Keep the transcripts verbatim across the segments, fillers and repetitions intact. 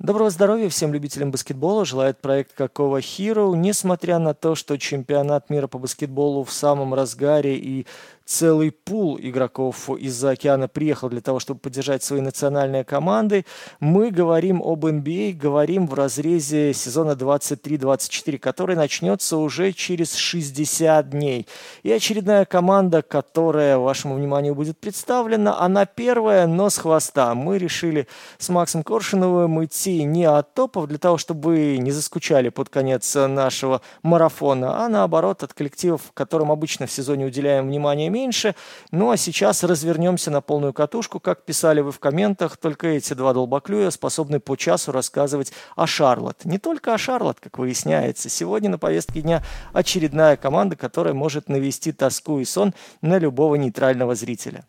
Доброго здоровья всем любителям баскетбола, желает проект «Какого Hero». Несмотря на то, что чемпионат мира по баскетболу в самом разгаре и целый пул игроков из-за океана приехал для того, чтобы поддержать свои национальные команды, мы говорим об эн би эй, говорим в разрезе сезона двадцать три двадцать четыре, который начнется уже через шестьдесят дней. И очередная команда, которая вашему вниманию будет представлена, она первая, но с хвоста. Мы решили с Максом Коршуновым идти не от топов, для того, чтобы вы не заскучали под конец нашего марафона, а наоборот от коллективов, которым обычно в сезоне уделяем внимание меньше. Ну а сейчас развернемся на полную катушку, как писали вы в комментах, только эти два долбоклюя способны по часу рассказывать о Шарлотт. Не только о Шарлотт, как выясняется. Сегодня на повестке дня очередная команда, которая может навести тоску и сон на любого нейтрального зрителя.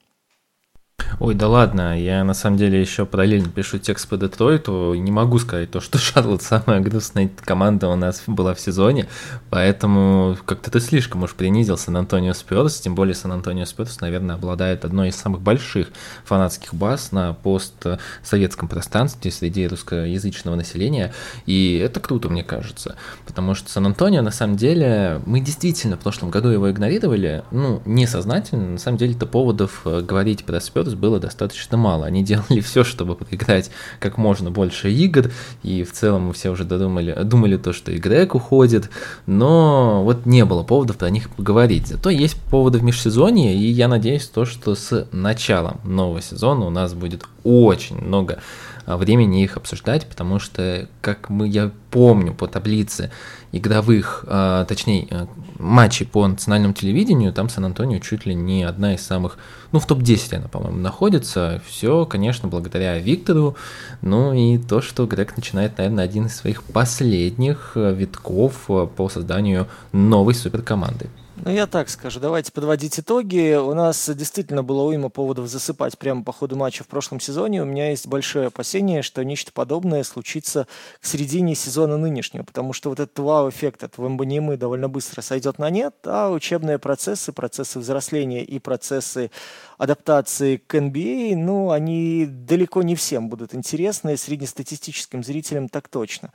Ой, да ладно, я на самом деле еще параллельно пишу текст по Детройту, и не могу сказать то, что Шарлотт самая грустная команда у нас была в сезоне, поэтому как-то ты слишком уж принизил Сан-Антонио Спёрс, тем более Сан-Антонио Спёрс, наверное, обладает одной из самых больших фанатских баз на постсоветском пространстве среди русскоязычного населения, и это круто, мне кажется, потому что Сан-Антонио, на самом деле, мы действительно в прошлом году его игнорировали, ну, несознательно, на самом деле-то поводов говорить про Спёрс было достаточно мало. Они делали все, чтобы проиграть как можно больше игр, и в целом мы все уже додумали, думали то, что и Грег уходит, но вот не было поводов про них поговорить. Зато есть поводы в межсезонье, и я надеюсь, то, что с началом нового сезона у нас будет очень много времени их обсуждать, потому что, как мы, я помню по таблице игровых, а, точнее, матчей по национальному телевидению, там Сан-Антонио чуть ли не одна из самых, ну, в топ десять она, по-моему, находится. Все, конечно, благодаря Виктору, ну и то, что Грег начинает, наверное, один из своих последних витков по созданию новой суперкоманды. Ну, я так скажу, давайте подводить итоги. У нас действительно было уйма поводов засыпать прямо по ходу матча в прошлом сезоне. У меня есть большое опасение, что нечто подобное случится к середине сезона нынешнего, потому что вот этот вау-эффект от Вембаньямы довольно быстро сойдет на нет, а учебные процессы, процессы взросления и процессы адаптации к эн би эй, ну, они далеко не всем будут интересны, среднестатистическим зрителям так точно.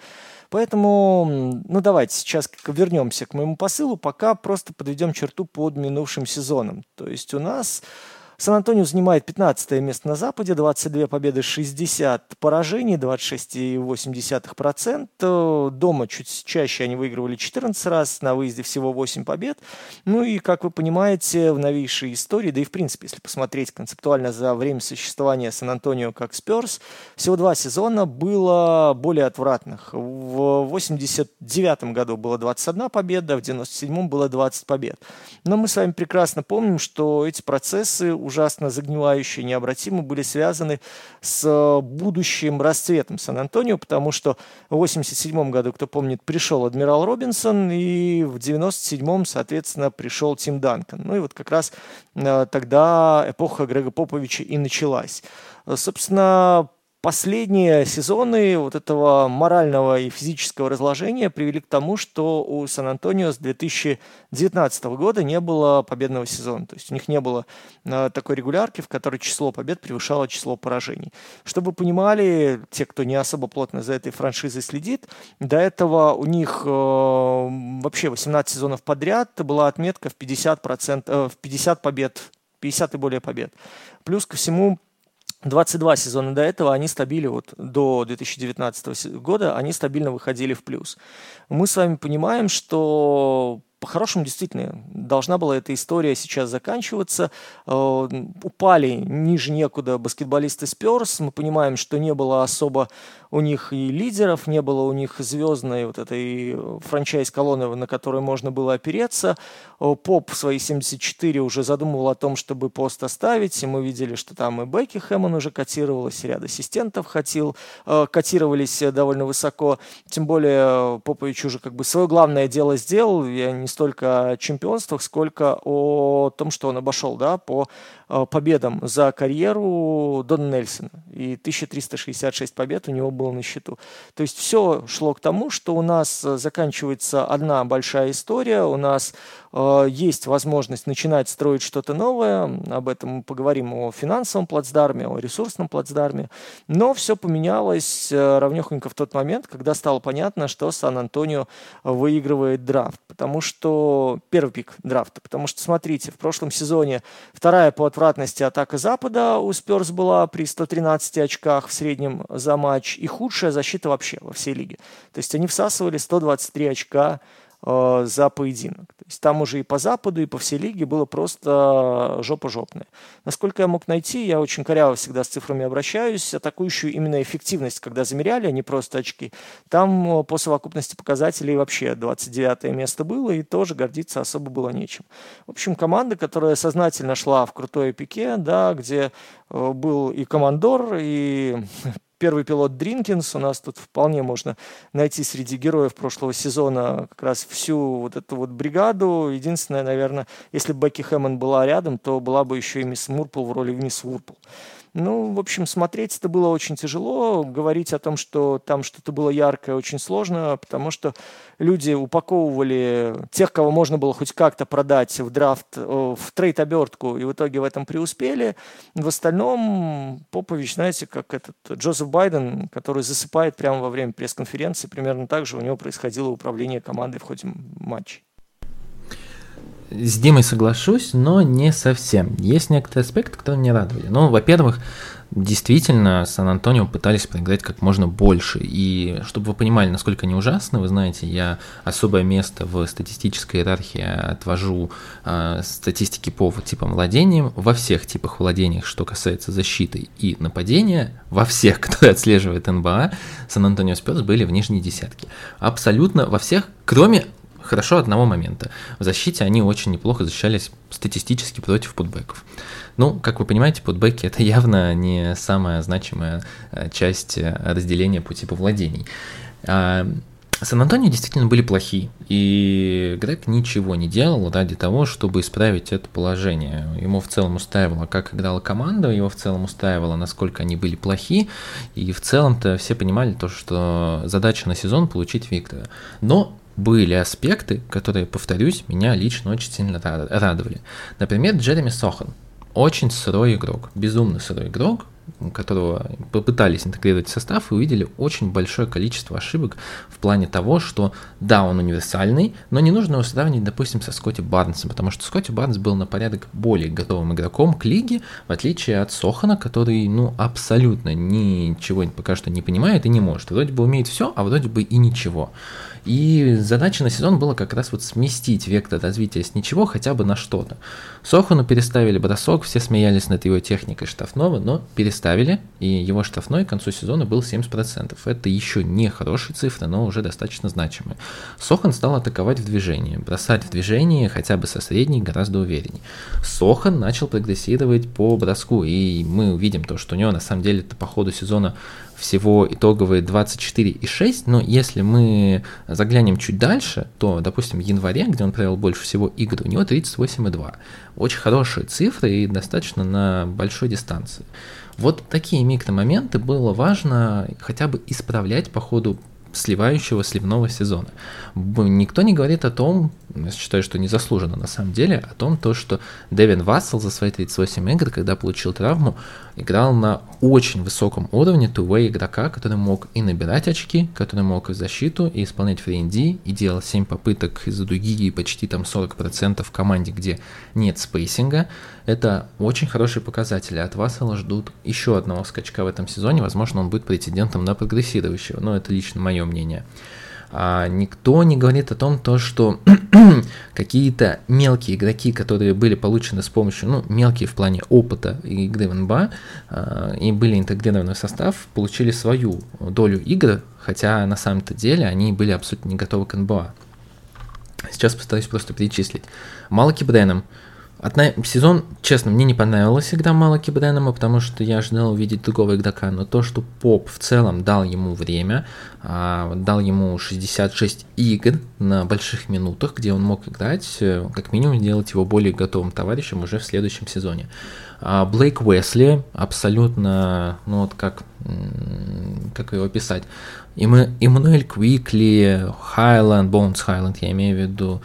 Поэтому, ну, давайте сейчас вернемся к моему посылу, пока просто подведем черту под минувшим сезоном. То есть у нас Сан-Антонио занимает пятнадцатое место на Западе, двадцать две победы, шестьдесят поражений, двадцать шесть целых восемь десятых процента. Дома чуть чаще они выигрывали четырнадцать раз, на выезде всего восемь побед. Ну и, как вы понимаете, в новейшей истории, да и в принципе, если посмотреть концептуально за время существования Сан-Антонио как Спёрс, всего два сезона было более отвратных. В восемьдесят девятом году было двадцать одна победа, в девяносто седьмом было двадцать побед. Но мы с вами прекрасно помним, что эти процессы ужасно загнивающие, необратимо были связаны с будущим расцветом Сан-Антонио, потому что в восемьдесят седьмом году, кто помнит, пришел Адмирал Робинсон, и в девяносто седьмом, соответственно, пришел Тим Данкан. Ну и вот как раз тогда эпоха Грега Поповича и началась. Собственно, последние сезоны вот этого морального и физического разложения привели к тому, что у Сан-Антонио с две тысячи девятнадцатого года не было победного сезона. То есть у них не было э, такой регулярки, в которой число побед превышало число поражений. Чтобы вы понимали, те, кто не особо плотно за этой франшизой следит, до этого у них э, вообще восемнадцать сезонов подряд была отметка в пятьдесят процентов, э, в пятьдесят побед, пятьдесят и более побед. Плюс ко всему, двадцать два сезона до этого они стабильно, вот до две тысячи девятнадцатого года, они стабильно выходили в плюс. Мы с вами понимаем, что по-хорошему действительно должна была эта история сейчас заканчиваться. Э, упали ниже некуда баскетболисты Спёрс. Мы понимаем, что не было особо у них и лидеров, не было у них звездной вот этой франчайз-колонны, на которую можно было опереться. Поп в свои семьдесят четыре уже задумывал о том, чтобы пост оставить, и мы видели, что там и Бекки Хэммон уже котировалась, и ряд ассистентов хотел, котировались довольно высоко. Тем более Попович уже как бы свое главное дело сделал. Я не столько о чемпионствах, сколько о том, что он обошел, да, по победам за карьеру Дона Нельсона. И тысяча триста шестьдесят шесть побед у него было на счету. То есть все шло к тому, что у нас заканчивается одна большая история, у нас э, есть возможность начинать строить что-то новое. Об этом мы поговорим, о финансовом плацдарме, о ресурсном плацдарме. Но все поменялось э, равнёхонько в тот момент, когда стало понятно, что Сан-Антонио выигрывает драфт. Потому что первый пик драфта. Потому что, смотрите, в прошлом сезоне вторая по отвратности атака Запада у Спёрс была при ста тринадцати очках в среднем за матч. И худшая защита вообще во всей лиге. То есть они всасывали сто двадцать три очка э, за поединок. То есть там уже и по Западу, и по всей лиге было просто жопа жопная. Насколько я мог найти, я очень коряво всегда с цифрами обращаюсь, атакующую именно эффективность, когда замеряли, а не просто очки, там по совокупности показателей вообще двадцать девятое место было, и тоже гордиться особо было нечем. В общем, команда, которая сознательно шла в крутое пике, да, где э, был и командор, и первый пилот Дринкинс, у нас тут вполне можно найти среди героев прошлого сезона как раз всю вот эту вот бригаду. Единственное, наверное, если бы Бекки Хэммонд была рядом, то была бы еще и мисс Мурпл в роли мисс Мурпл. Ну, в общем, смотреть это было очень тяжело. Говорить о том, что там что-то было яркое, очень сложно, потому что люди упаковывали тех, кого можно было хоть как-то продать в драфт, в трейд-обертку, и в итоге в этом преуспели. В остальном Попович, знаете, как этот Джозеф Байден, который засыпает прямо во время пресс-конференции, примерно так же у него происходило управление командой в ходе матчей. С Димой соглашусь, но не совсем. Есть некоторые аспекты, которые меня радовали. Ну, во-первых, действительно, Сан-Антонио пытались проиграть как можно больше. И чтобы вы понимали, насколько они ужасны, вы знаете, я особое место в статистической иерархии отвожу э, статистики по типам владениям. Во всех типах владений, что касается защиты и нападения, во всех, кто отслеживает эн бэ а, Сан-Антонио Спёрс были в нижней десятке. Абсолютно во всех, кроме... Хорошо одного момента. В защите они очень неплохо защищались статистически против путбэков. Ну, как вы понимаете, путбэки – это явно не самая значимая часть разделения по типу владений. Сан-Антонио действительно были плохие, и Грег ничего не делал ради того, чтобы исправить это положение. Ему в целом устраивало, как играла команда, его в целом устраивало, насколько они были плохи, и в целом-то все понимали то, что задача на сезон – получить Виктора. Но были аспекты, которые, повторюсь, меня лично очень сильно радовали. Например, Джереми Сохан. Очень сырой игрок, безумно сырой игрок, которого попытались интегрировать в состав и увидели очень большое количество ошибок в плане того, что да, он универсальный, но не нужно его сравнивать, допустим, со Скотти Барнсом, потому что Скотти Барнс был на порядок более готовым игроком к лиге, в отличие от Сохана, который, ну, абсолютно ничего пока что не понимает и не может. Вроде бы умеет все, а вроде бы и ничего. И задача на сезон была как раз вот сместить вектор развития с ничего хотя бы на что-то. Сохану переставили бросок, все смеялись над его техникой штрафного, но переставили, и его штрафной к концу сезона был семьдесят процентов. Это еще не хорошие цифры, но уже достаточно значимые. Сохан стал атаковать в движении, бросать в движении хотя бы со средней гораздо увереннее. Сохан начал прогрессировать по броску, и мы увидим то, что у него на самом деле по ходу сезона всего итоговые двадцать четыре и шесть, но если мы заглянем чуть дальше, то, допустим, в январе, где он провел больше всего игр, у него тридцать восемь и два. Очень хорошие цифры и достаточно на большой дистанции. Вот такие микромоменты было важно хотя бы исправлять по ходу сливающего сливного сезона. Никто не говорит о том, я считаю, что незаслуженно на самом деле, о том, то, что Дэвин Вассел за свои тридцать восемь игр, когда получил травму, играл на очень высоком уровне two-way игрока, который мог и набирать очки, который мог и защиту, и исполнять фри энд ди, и делал семь попыток из-за дуги, и почти там сорок процентов в команде, где нет спейсинга. Это очень хорошие показатели. От Вассела ждут еще одного скачка в этом сезоне. Возможно, он будет претендентом на прогрессирующего, но это лично мое мнение. А никто не говорит о том, то, что какие-то мелкие игроки, которые были получены с помощью, ну, мелкие в плане опыта и игры в эн бэ а, и были интегрированы в состав, получили свою долю игр, хотя на самом-то деле они были абсолютно не готовы к эн бэ а. Сейчас постараюсь просто перечислить. Малаки Брэнном. Одна, сезон, честно, мне не понравилась игра Малаки Брэннома, потому что я ожидал увидеть другого игрока, но то, что Поп в целом дал ему время, а, дал ему шестьдесят шесть игр на больших минутах, где он мог играть, как минимум делать его более готовым товарищем уже в следующем сезоне. А Блейк Уэсли абсолютно, ну вот как, как его описать, Эммануэль Квикли, Хайланд, Боунс Хайланд, я имею в виду,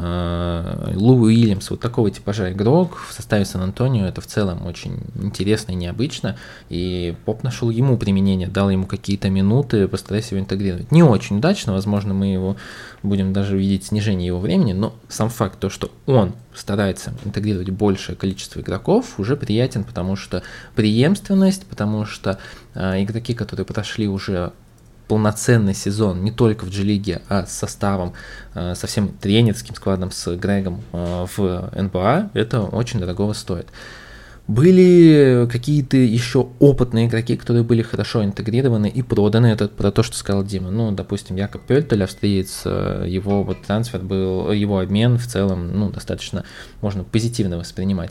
Лу Уильямс, вот такого типажа игрок в составе Сан-Антонио, это в целом очень интересно и необычно, и Поп нашел ему применение, дал ему какие-то минуты, постарался его интегрировать. Не очень удачно, возможно, мы его будем даже видеть снижение его времени, но сам факт, то, что он старается интегрировать большее количество игроков, уже приятен, потому что преемственность, потому что э, игроки, которые прошли уже полноценный сезон не только в G-лиге, а с составом, э, со всем тренерским складом, с Грегом э, в эн бэ а, это очень дорогого стоит. Были какие-то еще опытные игроки, которые были хорошо интегрированы и проданы. Это про то, что сказал Дима. Ну, допустим, Якоб Пёльтель, австриец, его вот трансфер был, его обмен в целом, ну, достаточно можно позитивно воспринимать.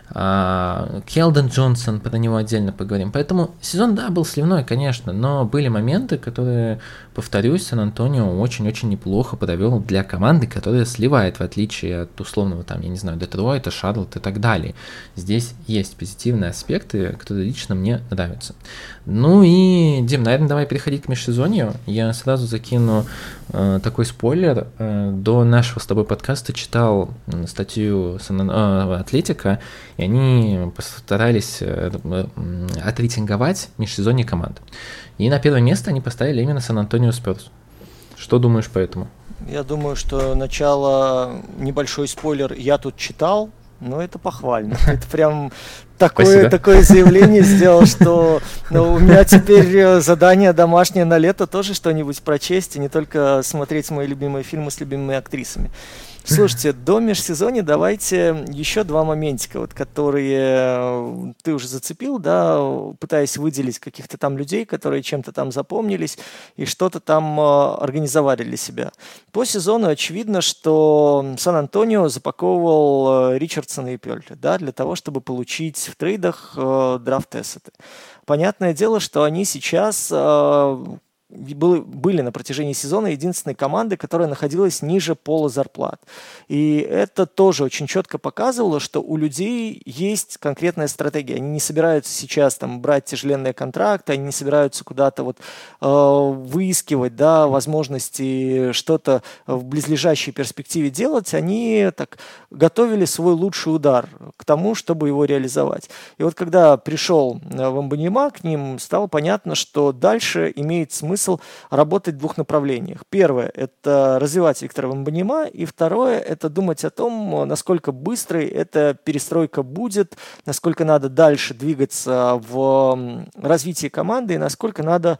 А Келден Джонсон, про него отдельно поговорим. Поэтому сезон, да, был сливной, конечно, но были моменты, которые, повторюсь, Сан-Антонио очень-очень неплохо провел для команды, которая сливает, в отличие от условного, там, я не знаю, Детройта, Шарлотта и так далее. Здесь есть Есть позитивные аспекты, которые лично мне нравятся. Ну и, Дим, наверное, давай переходить к межсезонью. Я сразу закину э, такой спойлер. Э, до нашего с тобой подкаста читал статью э, Атлетика, и они постарались э, э, отрейтинговать межсезонье команд. И на первое место они поставили именно Сан-Антонио Спёрс. Что думаешь по этому? Я думаю, что начало, небольшой спойлер, я тут читал. Ну, это похвально. Это прям такое, такое заявление сделал, что ну, у меня теперь задание домашнее на лето тоже что-нибудь прочесть, и не только смотреть мои любимые фильмы с любимыми актрисами. Слушайте, до межсезонья давайте еще два моментика, вот, которые ты уже зацепил, да, пытаясь выделить каких-то там людей, которые чем-то там запомнились и что-то там организовали для себя. По сезону очевидно, что Сан-Антонио запаковывал Ричардсона и Пёльтля, да, для того, чтобы получить в трейдах драфт-эссеты. Понятное дело, что они сейчас... были на протяжении сезона единственной командой, которая находилась ниже пола зарплат. И это тоже очень четко показывало, что у людей есть конкретная стратегия. Они не собираются сейчас там брать тяжеленные контракты, они не собираются куда-то вот э, выискивать, да, возможности что-то в близлежащей перспективе делать. Они так готовили свой лучший удар к тому, чтобы его реализовать. И вот когда пришел Вембаньяма к ним, стало понятно, что дальше имеет смысл работать в двух направлениях. Первое – это развивать Виктора Вембаньяма, и второе – это думать о том, насколько быстрой эта перестройка будет, насколько надо дальше двигаться в развитии команды и насколько надо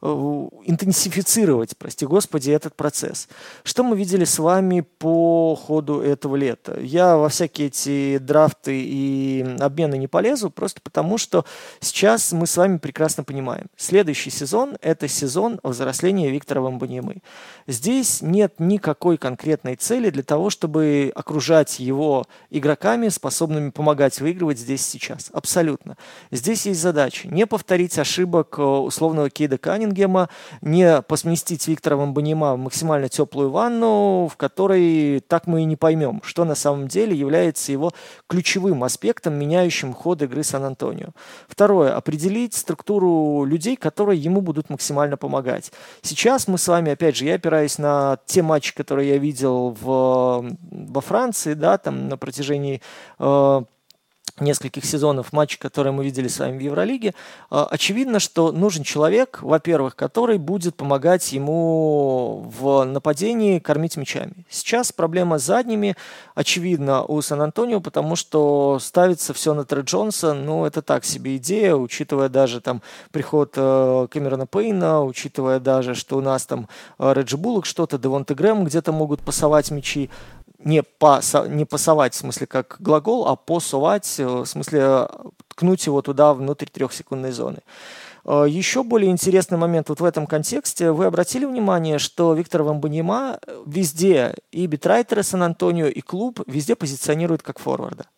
интенсифицировать, прости господи, этот процесс. Что мы видели с вами по ходу этого лета? Я во всякие эти драфты и обмены не полезу, просто потому что сейчас мы с вами прекрасно понимаем. Следующий сезон – это сезон взросления Виктора Вембаньямы. Здесь нет никакой конкретной цели для того, чтобы окружать его игроками, способными помогать выигрывать здесь сейчас. Абсолютно. Здесь есть задача не повторить ошибок условного Кейда Каннингема, не посместить Виктора Вембаньяма в максимально теплую ванну, в которой так мы и не поймем, что на самом деле является его ключевым аспектом, меняющим ход игры Сан-Антонио. Второе. Определить структуру людей, которые ему будут максимально помогать. Сейчас мы с вами, опять же, я опираюсь на те матчи, которые я видел в, во Франции, да, там на протяжении э, нескольких сезонов матчей, которые мы видели с вами в Евролиге. Э, очевидно, что нужен человек, во-первых, который будет помогать ему в нападении кормить мячами. Сейчас проблема с задними очевидна у Сан-Антонио, потому что ставится все на Трей Джонса, ну, это так себе идея, учитывая даже там приход э, Кэмерона Пейна, учитывая даже, что у нас там э, Реджи Буллок что-то, Девонте Грэм где-то могут пасовать мячи. Не, паса, не пасовать, в смысле, как глагол, а посовать, в смысле, ткнуть его туда, внутрь трехсекундной зоны. Еще более интересный момент вот в этом контексте. Вы обратили внимание, что Виктор Вембаньяма везде, и битрайтеры Сан-Антонио, и клуб, везде позиционируют как форварда.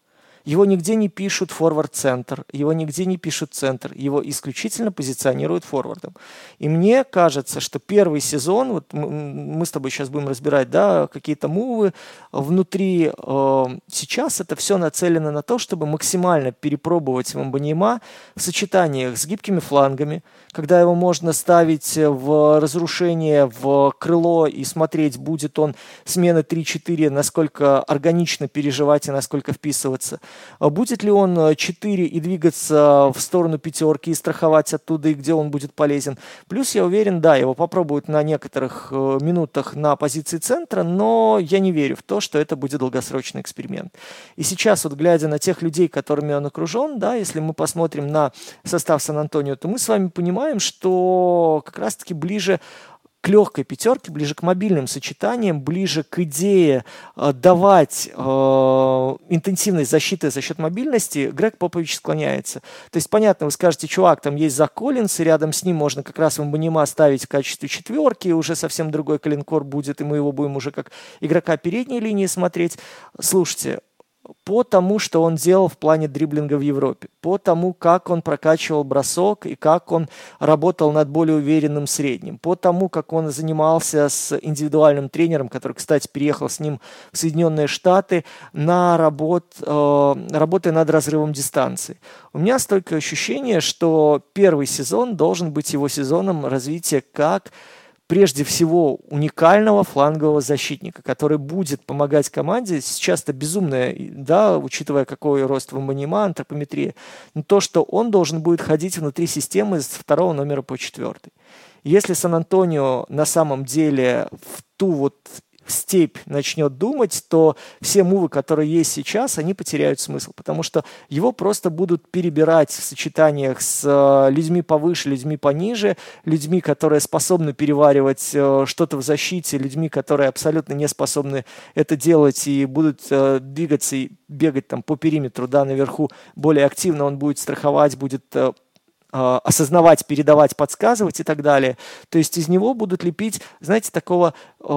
Его нигде не пишут форвард-центр, его нигде не пишут центр, его исключительно позиционируют форвардом. И мне кажется, что первый сезон, вот мы с тобой сейчас будем разбирать, да, какие-то мувы внутри, э, сейчас это все нацелено на то, чтобы максимально перепробовать Вембаньяма в сочетаниях с гибкими флангами, когда его можно ставить в разрушение, в крыло и смотреть, будет он смены три-четыре, насколько органично переживать и насколько вписываться. Будет ли он четыре и двигаться в сторону пятерки и страховать оттуда, и где он будет полезен. Плюс, я уверен, да, его попробуют на некоторых минутах на позиции центра, но я не верю в то, что это будет долгосрочный эксперимент. И сейчас, вот глядя на тех людей, которыми он окружен, да, если мы посмотрим на состав Сан-Антонио, то мы с вами понимаем, что как раз-таки ближе к легкой пятерке, ближе к мобильным сочетаниям, ближе к идее э, давать э, интенсивность защиты за счет мобильности, Грег Попович склоняется. То есть, понятно, вы скажете, чувак, там есть Зак Коллинс, и рядом с ним можно как раз Вембаньяма ставить в качестве четверки, уже совсем другой коленкор будет, и мы его будем уже как игрока передней линии смотреть. Слушайте, по тому, что он делал в плане дриблинга в Европе, по тому, как он прокачивал бросок и как он работал над более уверенным средним, по тому, как он занимался с индивидуальным тренером, который, кстати, переехал с ним в Соединенные Штаты, на работ, э, работая над разрывом дистанции. У меня столько ощущение, что первый сезон должен быть его сезоном развития как прежде всего уникального флангового защитника, который будет помогать команде. Сейчас это безумное, да, учитывая, какой рост Вембаньяма, антропометрия, но то, что он должен будет ходить внутри системы с второго номера по четвертый. Если Сан-Антонио на самом деле в ту вот степь начнет думать, то все мувы, которые есть сейчас, они потеряют смысл, потому что его просто будут перебирать в сочетаниях с э, людьми повыше, людьми пониже, людьми, которые способны переваривать э, что-то в защите, людьми, которые абсолютно не способны это делать и будут э, двигаться и бегать там по периметру, да, наверху более активно, он будет страховать, будет э, осознавать, передавать, подсказывать и так далее. То есть из него будут лепить, знаете, такого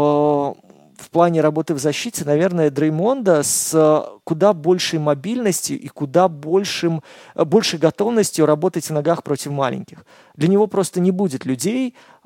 э, в плане работы в защите, наверное, Дреймонда с куда большей мобильностью и куда большим, большей готовностью работать в ногах против маленьких. Для него просто не будет людей, э,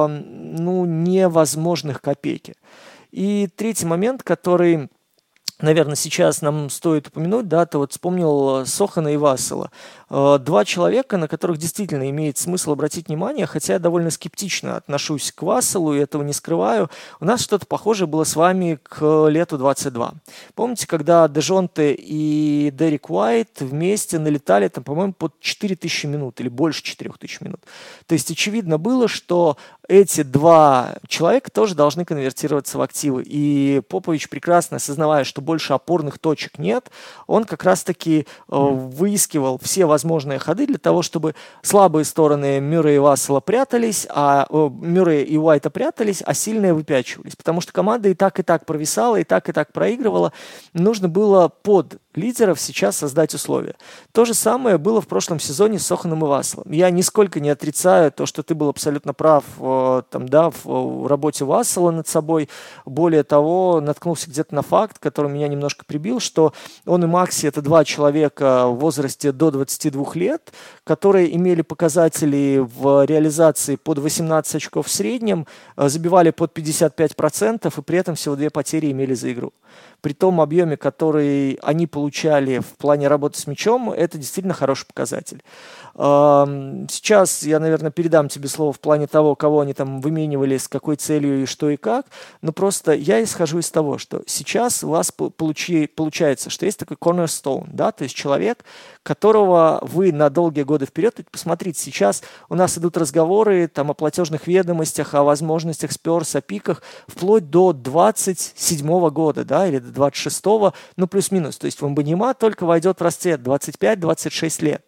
ну, невозможных копейки. И третий момент, который, наверное, сейчас нам стоит упомянуть, да, ты вот вспомнил Сохана и Вассела. Два человека, на которых действительно имеет смысл обратить внимание, хотя я довольно скептично отношусь к Васселу и этого не скрываю. У нас что-то похожее было с вами к лету двадцать два. Помните, когда Дежонте и Дерек Уайт вместе налетали, там, по-моему, под четыре тысячи минут или больше четыре тысячи минут. То есть очевидно было, что эти два человека тоже должны конвертироваться в активы. И Попович, прекрасно осознавая, что больше опорных точек нет, он как раз-таки э, выискивал все возможные ходы для того, чтобы слабые стороны Мюррея и Вассела прятались, а э, Мюррея и Уайта прятались, а сильные выпячивались. Потому что команда и так, и так провисала, и так, и так проигрывала. Нужно было под лидеров сейчас создать условия. То же самое было в прошлом сезоне с Соханом и Васселом. Я нисколько не отрицаю то, что ты был абсолютно прав э, там, да, в, в работе Вассела над собой. Более того, наткнулся где-то на факт, который меня немножко прибил, что он и Макси — это два человека в возрасте до двадцати двух лет, которые имели показатели в реализации под восемнадцать очков в среднем, э, забивали под пятьдесят пять процентов и при этом всего две потери имели за игру. При том объеме, который они получали в плане работы с мячом, это действительно хороший показатель. Сейчас я, наверное, передам тебе слово в плане того, кого они там выменивали, с какой целью и что и как, но просто я исхожу из того, что сейчас у вас получи, получается, что есть такой cornerstone, да, то есть человек, которого вы на долгие годы вперед, посмотрите, сейчас у нас идут разговоры там о платежных ведомостях, о возможностях Спёрс, о пиках, вплоть до двадцать седьмого года, да, или до двадцать шестого, ну плюс-минус, то есть Вембаньяма только войдет в расцвет двадцать пять - двадцать шесть лет.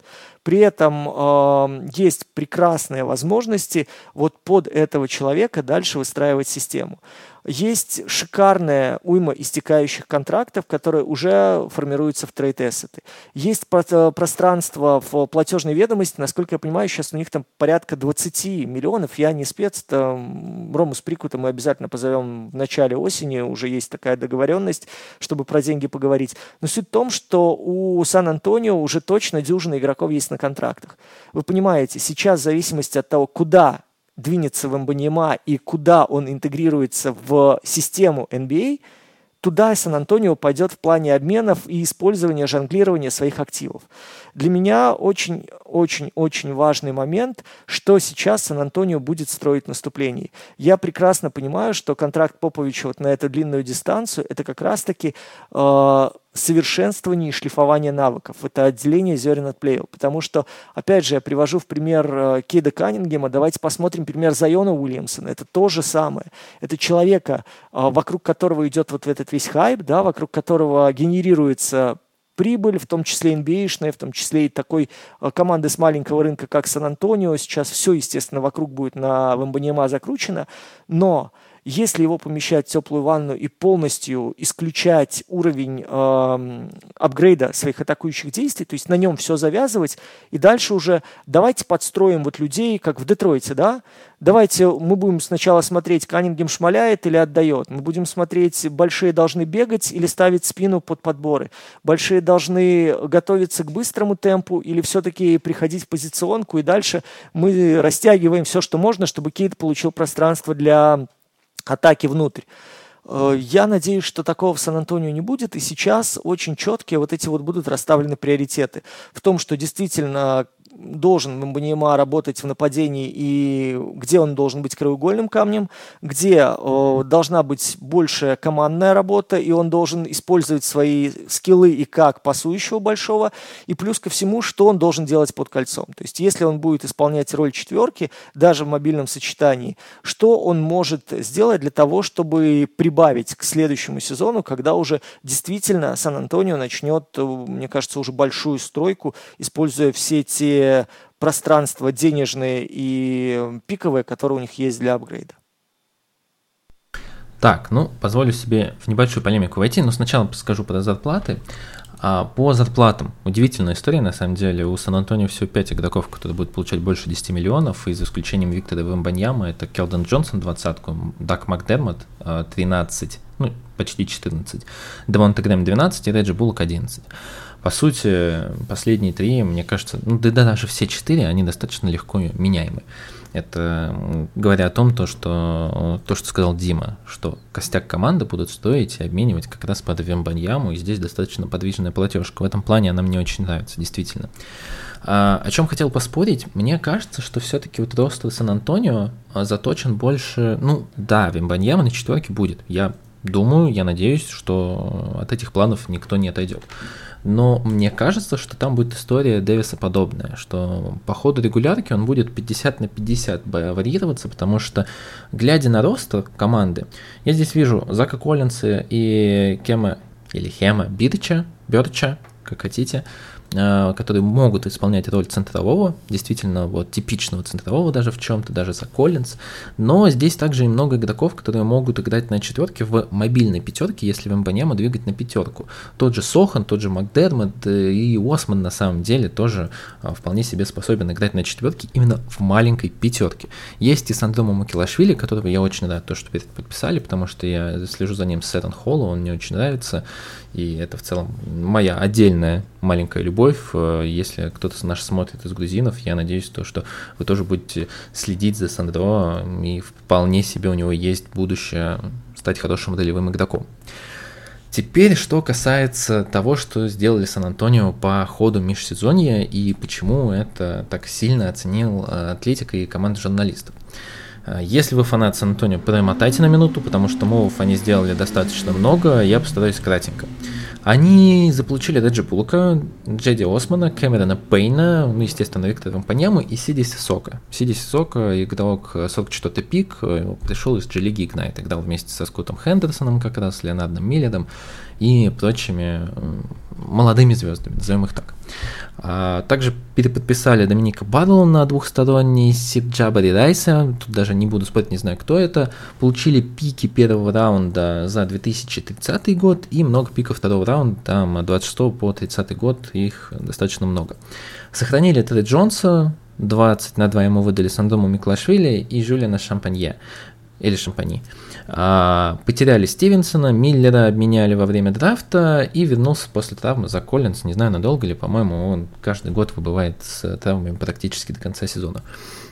При этом э, есть прекрасные возможности вот под этого человека дальше выстраивать систему. Есть шикарная уйма истекающих контрактов, которые уже формируются в трейд-эссеты. Есть пространство в платежной ведомости, насколько я понимаю, сейчас у них там порядка двадцать миллионов. Я не спец, там Рому Сприкута мы обязательно позовем в начале осени, уже есть такая договоренность, чтобы про деньги поговорить. Но суть в том, что у Сан-Антонио уже точно дюжина игроков есть на контрактах. Вы понимаете, сейчас в зависимости от того, куда двинется Вембаньяма и куда он интегрируется в систему эн би эй, туда Сан-Антонио пойдет в плане обменов и использования, жонглирования своих активов. Для меня очень-очень-очень важный момент, что сейчас Сан-Антонио будет строить наступление. Я прекрасно понимаю, что контракт Поповича вот на эту длинную дистанцию – это как раз-таки э, совершенствование и шлифование навыков. Это отделение зерен от плейл. Потому что, опять же, я привожу в пример э, Кейда Каннингема. Давайте посмотрим пример Зайона Уильямсона. Это то же самое. Это человека, э, вокруг которого идет вот этот весь хайп, да, вокруг которого генерируется прибыль, в том числе эн би эй-шная, в том числе и такой э, команды с маленького рынка, как Сан-Антонио. Сейчас все, естественно, вокруг будет на Вембаньяма закручено. Но если его помещать в теплую ванну и полностью исключать уровень э, апгрейда своих атакующих действий, то есть на нем все завязывать, и дальше уже давайте подстроим вот людей, как в Детройте, да, давайте мы будем сначала смотреть, Каннингем шмаляет или отдает, мы будем смотреть, большие должны бегать или ставить спину под подборы, большие должны готовиться к быстрому темпу или все-таки приходить в позиционку, и дальше мы растягиваем все, что можно, чтобы Кейт получил пространство для атаки внутрь. Я надеюсь, что такого в Сан-Антонио не будет, и сейчас очень четкие вот эти вот будут расставлены приоритеты в том, что действительно должен Вембаньяма работать в нападении и где он должен быть краеугольным камнем, где э, должна быть большая командная работа, и он должен использовать свои скиллы и как пасующего большого, и плюс ко всему, что он должен делать под кольцом. То есть если он будет исполнять роль четверки, даже в мобильном сочетании, что он может сделать для того, чтобы прибавить к следующему сезону, когда уже действительно Сан-Антонио начнет, мне кажется, уже большую стройку, используя все те пространства денежные и пиковые, которые у них есть для апгрейда. Так, ну, позволю себе в небольшую полемику войти, но сначала скажу про зарплаты. А по зарплатам удивительная история, на самом деле. У Сан-Антонио всего пять игроков, которые будут получать больше десяти миллионов, и за исключением Виктора Вембаньяма, это Келден Джонсон двадцатку, Дак Макдермот тринадцать, ну, почти четырнадцать, Девонте Грэм двенадцать и Реджи Буллок одиннадцать. По сути, последние три, мне кажется, ну да, да даже все четыре, они достаточно легко меняемы. Это говоря о том, то, что, то, что сказал Дима, что костяк команды будут стоить и обменивать как раз под Вембаньяму, и здесь достаточно подвижная платежка. В этом плане она мне очень нравится, действительно. А, о чем хотел поспорить, мне кажется, что все-таки вот ростер Сан-Антонио заточен больше, ну да, Вембаньяма на четверке будет. Я думаю, я надеюсь, что от этих планов никто не отойдет. Но мне кажется, что там будет история Дэвиса подобная, что по ходу регулярки он будет пятьдесят на пятьдесят варьироваться, потому что, глядя на ростер команды, я здесь вижу Зака Коллинса и Кема, или Хема Бирча, Бёрча, как хотите, которые могут исполнять роль центрового, действительно вот типичного центрового даже в чем-то, даже за Коллинс, но здесь также и много игроков, которые могут играть на четверке в мобильной пятерке, если Вембаньяму двигать на пятерку. Тот же Сохан, тот же Макдермот и Осман на самом деле тоже вполне себе способен играть на четверке именно в маленькой пятерке. Есть и Сандрома Макелашвили, которого я очень рад, то, что подписали, потому что я слежу за ним с Сеттон Холла, он мне очень нравится, и это в целом моя отдельная маленькая любовь. Если кто-то наш смотрит из грузинов, я надеюсь, то, что вы тоже будете следить за Сандро, и вполне себе у него есть будущее стать хорошим ролевым игроком. Теперь, что касается того, что сделали Сан-Антонио по ходу межсезонья и почему это так сильно оценил Атлетико и команда журналистов. Если вы фанат Сан-Антонио, промотайте на минуту, потому что мувов они сделали достаточно много, я постараюсь кратенько. Они заполучили Реджи Буллока, Джеди Османа, Кэмерона Пейна, ну, естественно, Виктора Вембаньяму и Сиди Сисока. Сиди Сисока, игрок сорок четвёртый пик, пришел из G-League Ignite, играл вместе со Скоттом Хендерсоном, как раз, с Леонардом Миллером и прочими молодыми звездами, назовем их так. А, также переподписали Доминика Барлоу на двухсторонний Сир Джабари Райса, тут даже не буду спорить, не знаю, кто это. Получили пики первого раунда за две тысячи тридцатый год и много пиков второго раунда, там от двадцать шестого по тридцатый год, их достаточно много. Сохранили Терри Джонса, двадцать на два ему выдали Сандому Миклашвили и Жюлиана Шампанье, или Шампани. А, потеряли Стивенсона, Миллера обменяли во время драфта и вернулся после травмы Зак Коллинс, не знаю, надолго ли, по-моему, он каждый год выбывает с травмами практически до конца сезона.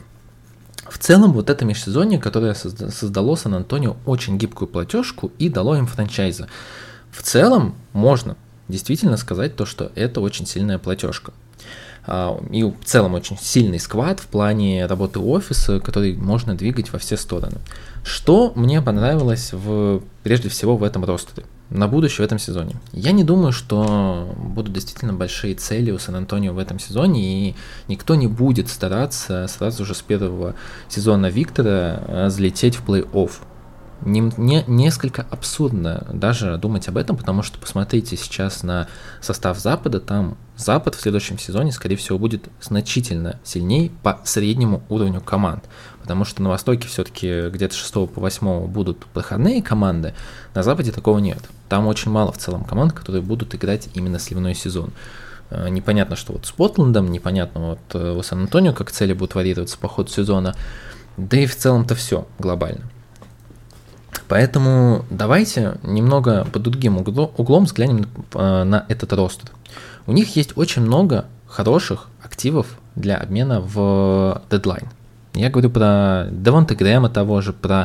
В целом, вот это межсезонье, которое создало Сан-Антонио очень гибкую платежку и дало им франчайза. В целом, можно действительно сказать то, что это очень сильная платежка. И в целом очень сильный сквад в плане работы офиса, который можно двигать во все стороны. Что мне понравилось в, прежде всего в этом ростере на будущее в этом сезоне? Я не думаю, что будут действительно большие цели у Сан-Антонио в этом сезоне, и никто не будет стараться сразу же с первого сезона Виктора взлететь в плей-офф. Не, не, несколько абсурдно даже думать об этом, потому что посмотрите сейчас на состав Запада, там Запад в следующем сезоне, скорее всего, будет значительно сильнее по среднему уровню команд, потому что на Востоке все-таки где-то с шестого по восьмого будут проходные команды, на Западе такого нет. Там очень мало в целом команд, которые будут играть именно сливной сезон. Непонятно, что вот с Портландом, непонятно вот у Сан-Антонио, как цели будут варьироваться по ходу сезона, да и в целом-то все глобально. Поэтому давайте немного под другим углом взглянем на этот ростер. У них есть очень много хороших активов для обмена в дедлайн. Я говорю про Девонте Грэма того же, про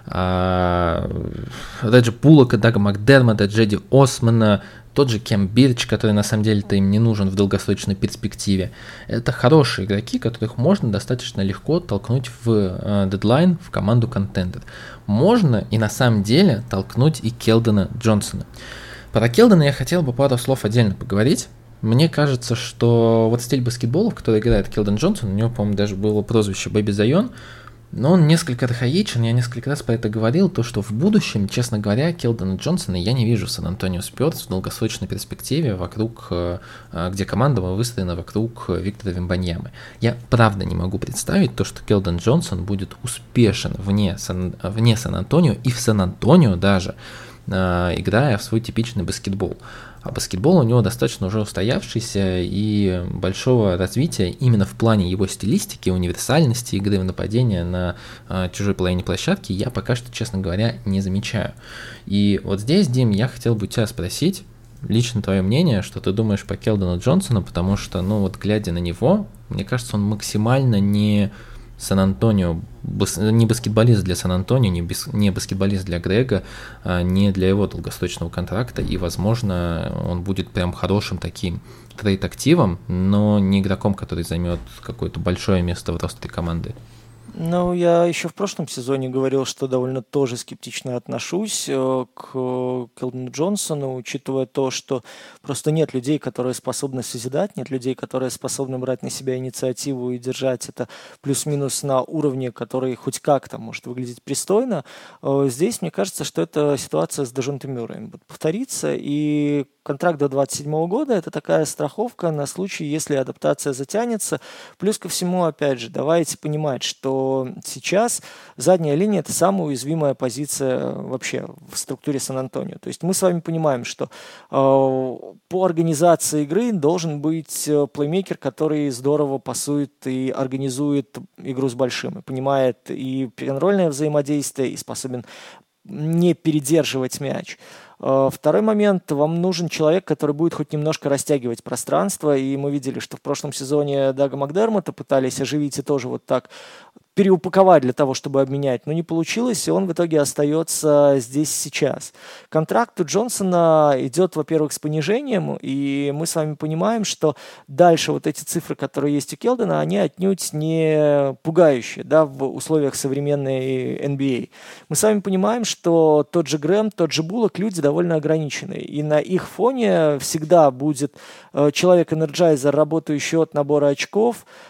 э, Реджи Пуллока, Дага Макдермота, Джеди Османа, тот же Кем Бирч, который на самом деле-то им не нужен в долгосрочной перспективе. Это хорошие игроки, которых можно достаточно легко толкнуть в э, дедлайн, в команду контендер. Можно и на самом деле толкнуть и Келдона Джонсона. Про Келдона я хотел бы пару слов отдельно поговорить. Мне кажется, что вот стиль баскетбола, в который играет Келдон Джонсон, у него, по-моему, даже было прозвище Бэби Зайон, но он несколько архаичен, я несколько раз про это говорил, то, что в будущем, честно говоря, Келдона Джонсона я не вижу в Сан-Антонио Спёрс в долгосрочной перспективе, вокруг, где команда выстроена вокруг Виктора Вембаньямы. Я правда не могу представить то, что Келдон Джонсон будет успешен вне, Сан, вне Сан-Антонио и в Сан-Антонио даже, играя в свой типичный баскетбол. А баскетбол у него достаточно уже устоявшийся и большого развития именно в плане его стилистики, универсальности игры в нападение на а, чужой половине площадки я пока что, честно говоря, не замечаю. И вот здесь, Дим, я хотел бы тебя спросить, лично твое мнение, что ты думаешь по Келдону Джонсону, потому что, ну вот глядя на него, мне кажется, он максимально не Сан-Антонио, не баскетболист для Сан-Антонио, не, без, не баскетболист для Грега, не для его долгосрочного контракта, и, возможно, он будет прям хорошим таким трейд-активом, но не игроком, который займет какое-то большое место в ростере команды. Ну, я еще в прошлом сезоне говорил, что довольно тоже скептично отношусь э, к Келдону Джонсону, учитывая то, что просто нет людей, которые способны созидать, нет людей, которые способны брать на себя инициативу и держать это плюс-минус на уровне, который хоть как-то может выглядеть пристойно. Э, здесь, мне кажется, что эта ситуация с Дежонте Мюрреем будет повториться, и контракт до двадцать седьмого года – это такая страховка на случай, если адаптация затянется. Плюс ко всему, опять же, давайте понимать, что сейчас задняя линия – это самая уязвимая позиция вообще в структуре Сан-Антонио. То есть мы с вами понимаем, что э, по организации игры должен быть плеймейкер, который здорово пасует и организует игру с большим, и понимает и пик-н-ролльное взаимодействие, и способен не передерживать мяч. Второй момент, вам нужен человек, который будет хоть немножко растягивать пространство, и мы видели, что в прошлом сезоне Дага Макдермота пытались оживить и тоже вот так переупаковать для того, чтобы обменять, но не получилось, и он в итоге остается здесь сейчас. Контракт у Джонсона идет, во-первых, с понижением, и мы с вами понимаем, что дальше вот эти цифры, которые есть у Келдона, они отнюдь не пугающие, да, в условиях современной эн би эй. Мы с вами понимаем, что тот же Грэм, тот же Буллок, люди довольно ограниченные, и на их фоне всегда будет человек-энерджайзер, работающий от набора очков,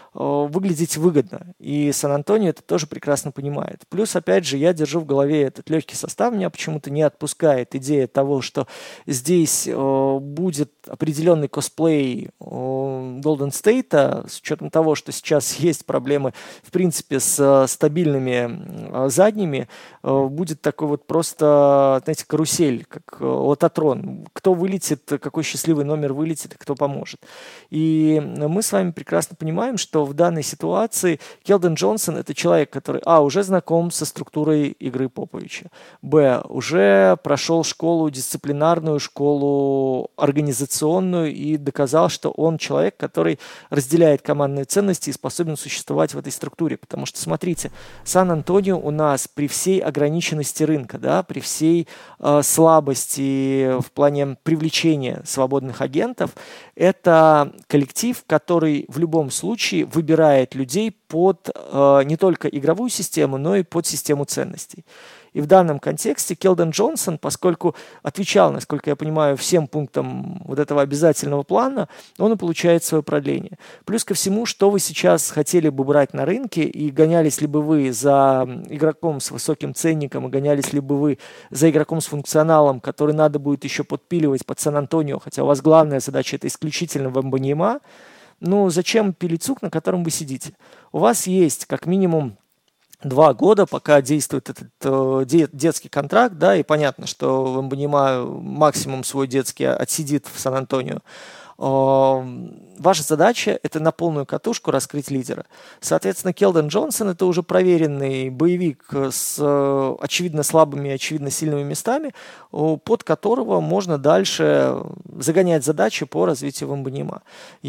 выглядеть выгодно. И Сан-Антонио это тоже прекрасно понимает. Плюс, опять же, я держу в голове этот легкий состав. Меня почему-то не отпускает идея того, что здесь будет определенный косплей Голден Стейта, с учетом того, что сейчас есть проблемы, в принципе, с стабильными задними, будет такой вот просто, знаете, карусель, как лототрон. Кто вылетит, какой счастливый номер вылетит, кто поможет. И мы с вами прекрасно понимаем, что в данной ситуации Келден Джонсон – это человек, который, а, уже знаком со структурой игры Поповича, б, уже прошел школу дисциплинарную, школу организационную и доказал, что он человек, который разделяет командные ценности и способен существовать в этой структуре. Потому что, смотрите, Сан-Антонио у нас при всей ограниченности рынка, да, при всей э, слабости в плане привлечения свободных агентов, это коллектив, который в любом случае выбирает людей под э, не только игровую систему, но и под систему ценностей. И в данном контексте Келден Джонсон, поскольку отвечал, насколько я понимаю, всем пунктам вот этого обязательного плана, он и получает свое продление. Плюс ко всему, что вы сейчас хотели бы брать на рынке, и гонялись ли бы вы за игроком с высоким ценником, и гонялись ли бы вы за игроком с функционалом, который надо будет еще подпиливать под Сан-Антонио, хотя у вас главная задача это исключительно Вембаньяма, ну зачем пилить сук, на котором вы сидите? У вас есть как минимум два года, пока действует этот э, де, детский контракт, да, и понятно, что Вембаньяма максимум свой детский отсидит в Сан-Антонио. Э, ваша задача – это на полную катушку раскрыть лидера. Соответственно, Келден Джонсон – это уже проверенный боевик с э, очевидно слабыми и очевидно сильными местами, э, под которого можно дальше загонять задачи по развитию Вембаньяма.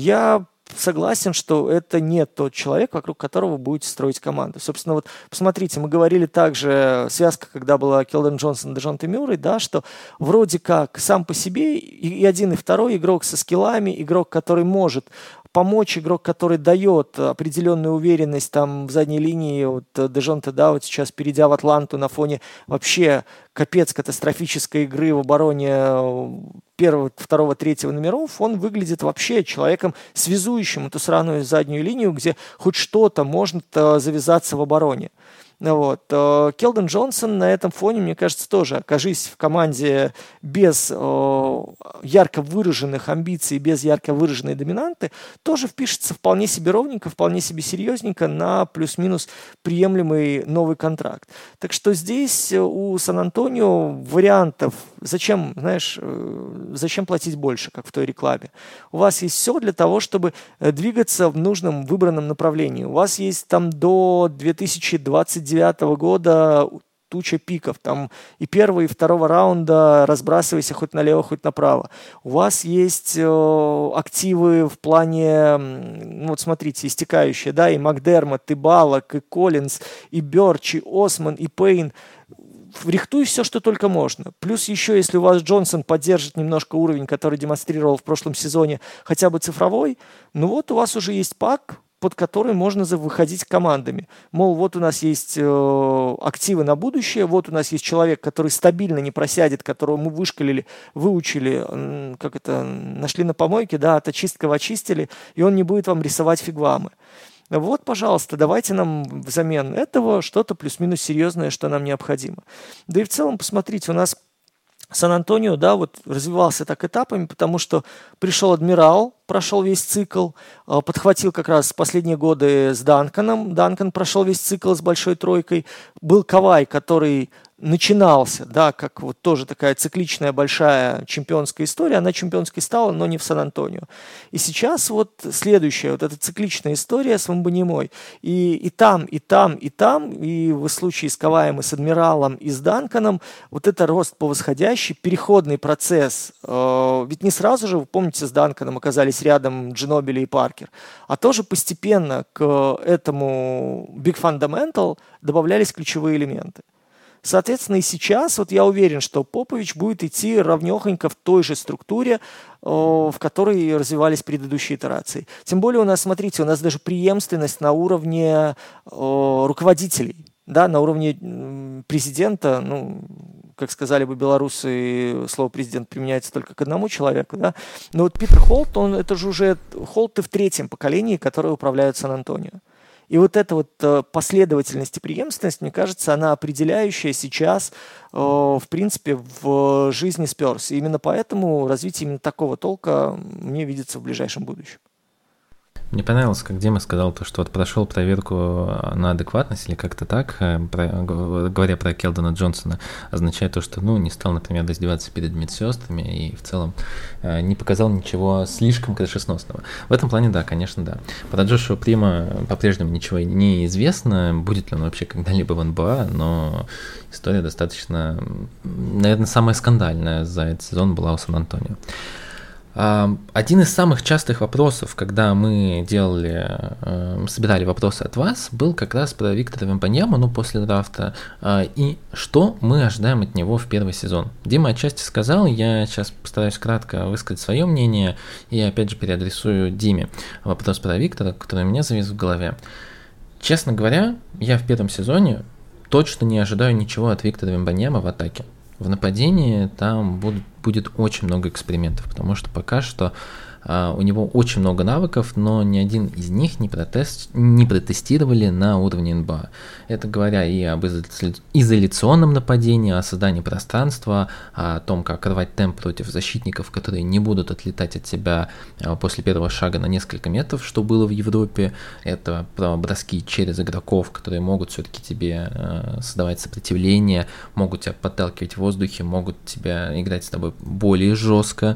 Я согласен, что это не тот человек, вокруг которого вы будете строить команду. Собственно, вот посмотрите, мы говорили также, связка, когда была Келден Джонсон и Дежонте Мюррей, да, что вроде как сам по себе и один, и второй игрок со скиллами, игрок, который может помочь, игрок, который дает определенную уверенность там в задней линии, вот Дежонте, да, вот сейчас перейдя в Атланту на фоне вообще капец катастрофической игры в обороне первого, второго, третьего номеров, он выглядит вообще человеком, связующим эту сраную заднюю линию, где хоть что-то может завязаться в обороне. Вот. Келден Джонсон на этом фоне, мне кажется, тоже, окажись в команде без э, ярко выраженных амбиций, без ярко выраженной доминанты, тоже впишется вполне себе ровненько, вполне себе серьезненько на плюс-минус приемлемый новый контракт. Так что здесь у Сан-Антонио вариантов, зачем, знаешь, э, зачем платить больше, как в той рекламе. У вас есть все для того, чтобы двигаться в нужном выбранном направлении. У вас есть там до две тысячи двадцать девятого года туча пиков, там и первого, и второго раунда разбрасывайся хоть налево, хоть направо. У вас есть э, активы в плане, ну вот смотрите, истекающие, да, и Макдермот, и Баллок, и Коллинз, и Бёрч, и Осман, и Пейн. Рихтуй все, что только можно. Плюс еще, если у вас Джонсон поддержит немножко уровень, который демонстрировал в прошлом сезоне, хотя бы цифровой, ну вот у вас уже есть пак, под который можно выходить командами. Мол, вот у нас есть э, активы на будущее, вот у нас есть человек, который стабильно не просядет, которого мы вышкалили, выучили, э, как это, нашли на помойке, да, от очистков очистили, и он не будет вам рисовать фигвамы. Вот, пожалуйста, давайте нам взамен этого что-то плюс-минус серьезное, что нам необходимо. Да и в целом, посмотрите, у нас Сан-Антонио, да, вот развивался так этапами, потому что пришел Адмирал, прошел весь цикл, подхватил как раз последние годы с Данканом, Данкан прошел весь цикл с большой тройкой, был Кавай, который начинался, да, как вот тоже такая цикличная большая чемпионская история, она чемпионской стала, но не в Сан-Антонио. И сейчас вот следующая, вот эта цикличная история с Вембаньямой. И, и там, и там, и там, и в случае с Каваем, и с Адмиралом, и с Данканом, вот это рост по восходящей, переходный процесс. Э, ведь не сразу же, вы помните, с Данканом оказались рядом Джинобили и Паркер, а тоже постепенно к этому Big Fundamental добавлялись ключевые элементы. Соответственно, и сейчас вот я уверен, что Попович будет идти равнехонько в той же структуре, в которой развивались предыдущие итерации. Тем более у нас, смотрите, у нас даже преемственность на уровне руководителей, да, на уровне президента, ну, как сказали бы белорусы, слово президент применяется только к одному человеку, да. Но вот Питер Холт, он, это же уже Холты в третьем поколении, которые управляют Сан-Антонио. И вот эта вот последовательность и преемственность, мне кажется, она определяющая сейчас, в принципе, в жизни Спёрс. И именно поэтому развитие именно такого толка мне видится в ближайшем будущем. Мне понравилось, как Дима сказал, то, что вот прошел проверку на адекватность, или как-то так, про, говоря про Келдона Джонсона, означает то, что, ну, не стал, например, издеваться перед медсестрами и в целом не показал ничего слишком крышесносного. В этом плане, да, конечно, да. Про Джошуа Прима по-прежнему ничего не известно, будет ли он вообще когда-либо в эн бэ а, но история достаточно, наверное, самая скандальная за этот сезон была у Сан-Антонио. Один из самых частых вопросов, когда мы делали, собирали вопросы от вас, был как раз про Виктора Вембаньяма, ну, после драфта, и что мы ожидаем от него в первый сезон. Дима отчасти сказал, я сейчас постараюсь кратко высказать свое мнение, и опять же переадресую Диме вопрос про Виктора, который у меня завис в голове. Честно говоря, я в первом сезоне точно не ожидаю ничего от Виктора Вембаньяма в атаке. В нападении там будут, будет очень много экспериментов, потому что пока что а, у него очень много навыков, но ни один из них не, протест, не протестировали на уровне эн бэ а. Это говоря и об изоляционном нападении, о создании пространства, о том, как рвать темп против защитников, которые не будут отлетать от тебя после первого шага на несколько метров, что было в Европе. Это про броски через игроков, которые могут все-таки тебе создавать сопротивление, могут тебя подталкивать в воздухе, могут тебя играть с тобой более жестко.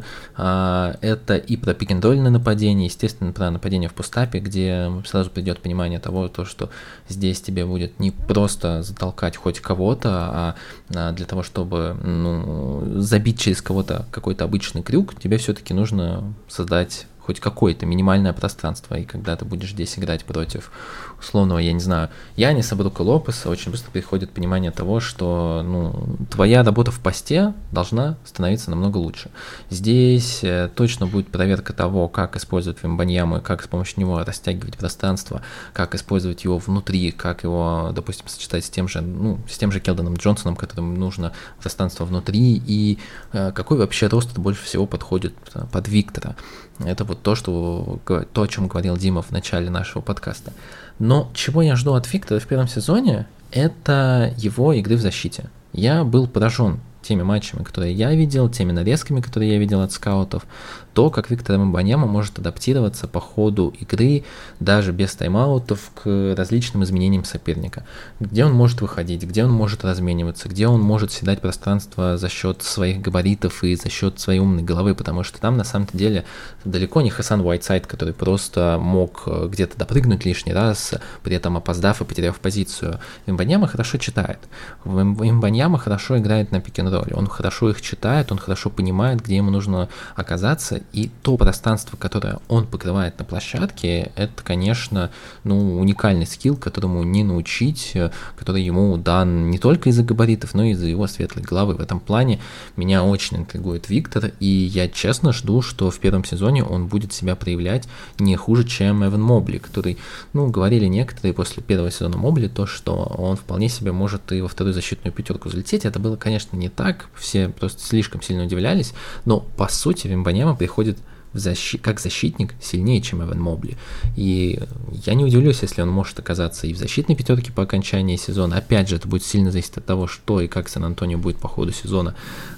Это и про пик-н-рольное нападение, естественно, про нападение в пустапе, где сразу придет понимание того, то, что здесь тебе будет не просто затолкать хоть кого-то, а для того, чтобы ну, забить через кого-то какой-то обычный крюк, тебе все-таки нужно создать хоть какое-то минимальное пространство, и когда ты будешь здесь играть против условного, я не знаю, Яниса, Брука Лопеса, очень быстро приходит понимание того, что ну, твоя работа в посте должна становиться намного лучше. Здесь э, точно будет проверка того, как использовать Вембаньяму, как с помощью него растягивать пространство, как использовать его внутри, как его, допустим, сочетать с тем же, ну, с тем же Келдоном Джонсоном, которому нужно пространство внутри, и э, какой вообще рост больше всего подходит под Виктора. Это вот то, что, то, о чем говорил Дима в начале нашего подкаста. Но чего я жду от Виктора в первом сезоне, это его игры в защите. Я был поражен теми матчами, которые я видел, теми нарезками, которые я видел от скаутов, то, как Виктор Вембаньяма может адаптироваться по ходу игры, даже без тайм-аутов, к различным изменениям соперника. Где он может выходить, где он может размениваться, где он может съедать пространство за счет своих габаритов и за счет своей умной головы, потому что там на самом деле далеко не Хасан Уайтсайд, который просто мог где-то допрыгнуть лишний раз, при этом опоздав и потеряв позицию. Вембаньяма хорошо читает. Вембаньяма хорошо играет на пик-н-ролле. Он хорошо их читает, он хорошо понимает, где ему нужно оказаться, и то пространство, которое он покрывает на площадке, это, конечно, ну, уникальный скилл, которому не научить, который ему дан не только из-за габаритов, но и из-за его светлой головы. В этом плане меня очень интригует Виктор, и я честно жду, что в первом сезоне он будет себя проявлять не хуже, чем Эван Мобли, который, ну, говорили некоторые после первого сезона Мобли, то, что он вполне себе может и во вторую защитную пятерку залететь. Это было, конечно, не так, все просто слишком сильно удивлялись, но по сути Вембаньяма приходит в защи- как защитник сильнее, чем Эван Мобли. И я не удивлюсь, если он может оказаться и в защитной пятерке по окончании сезона. Опять же, это будет сильно зависеть от того, что и как Сан-Антонио будет по ходу сезона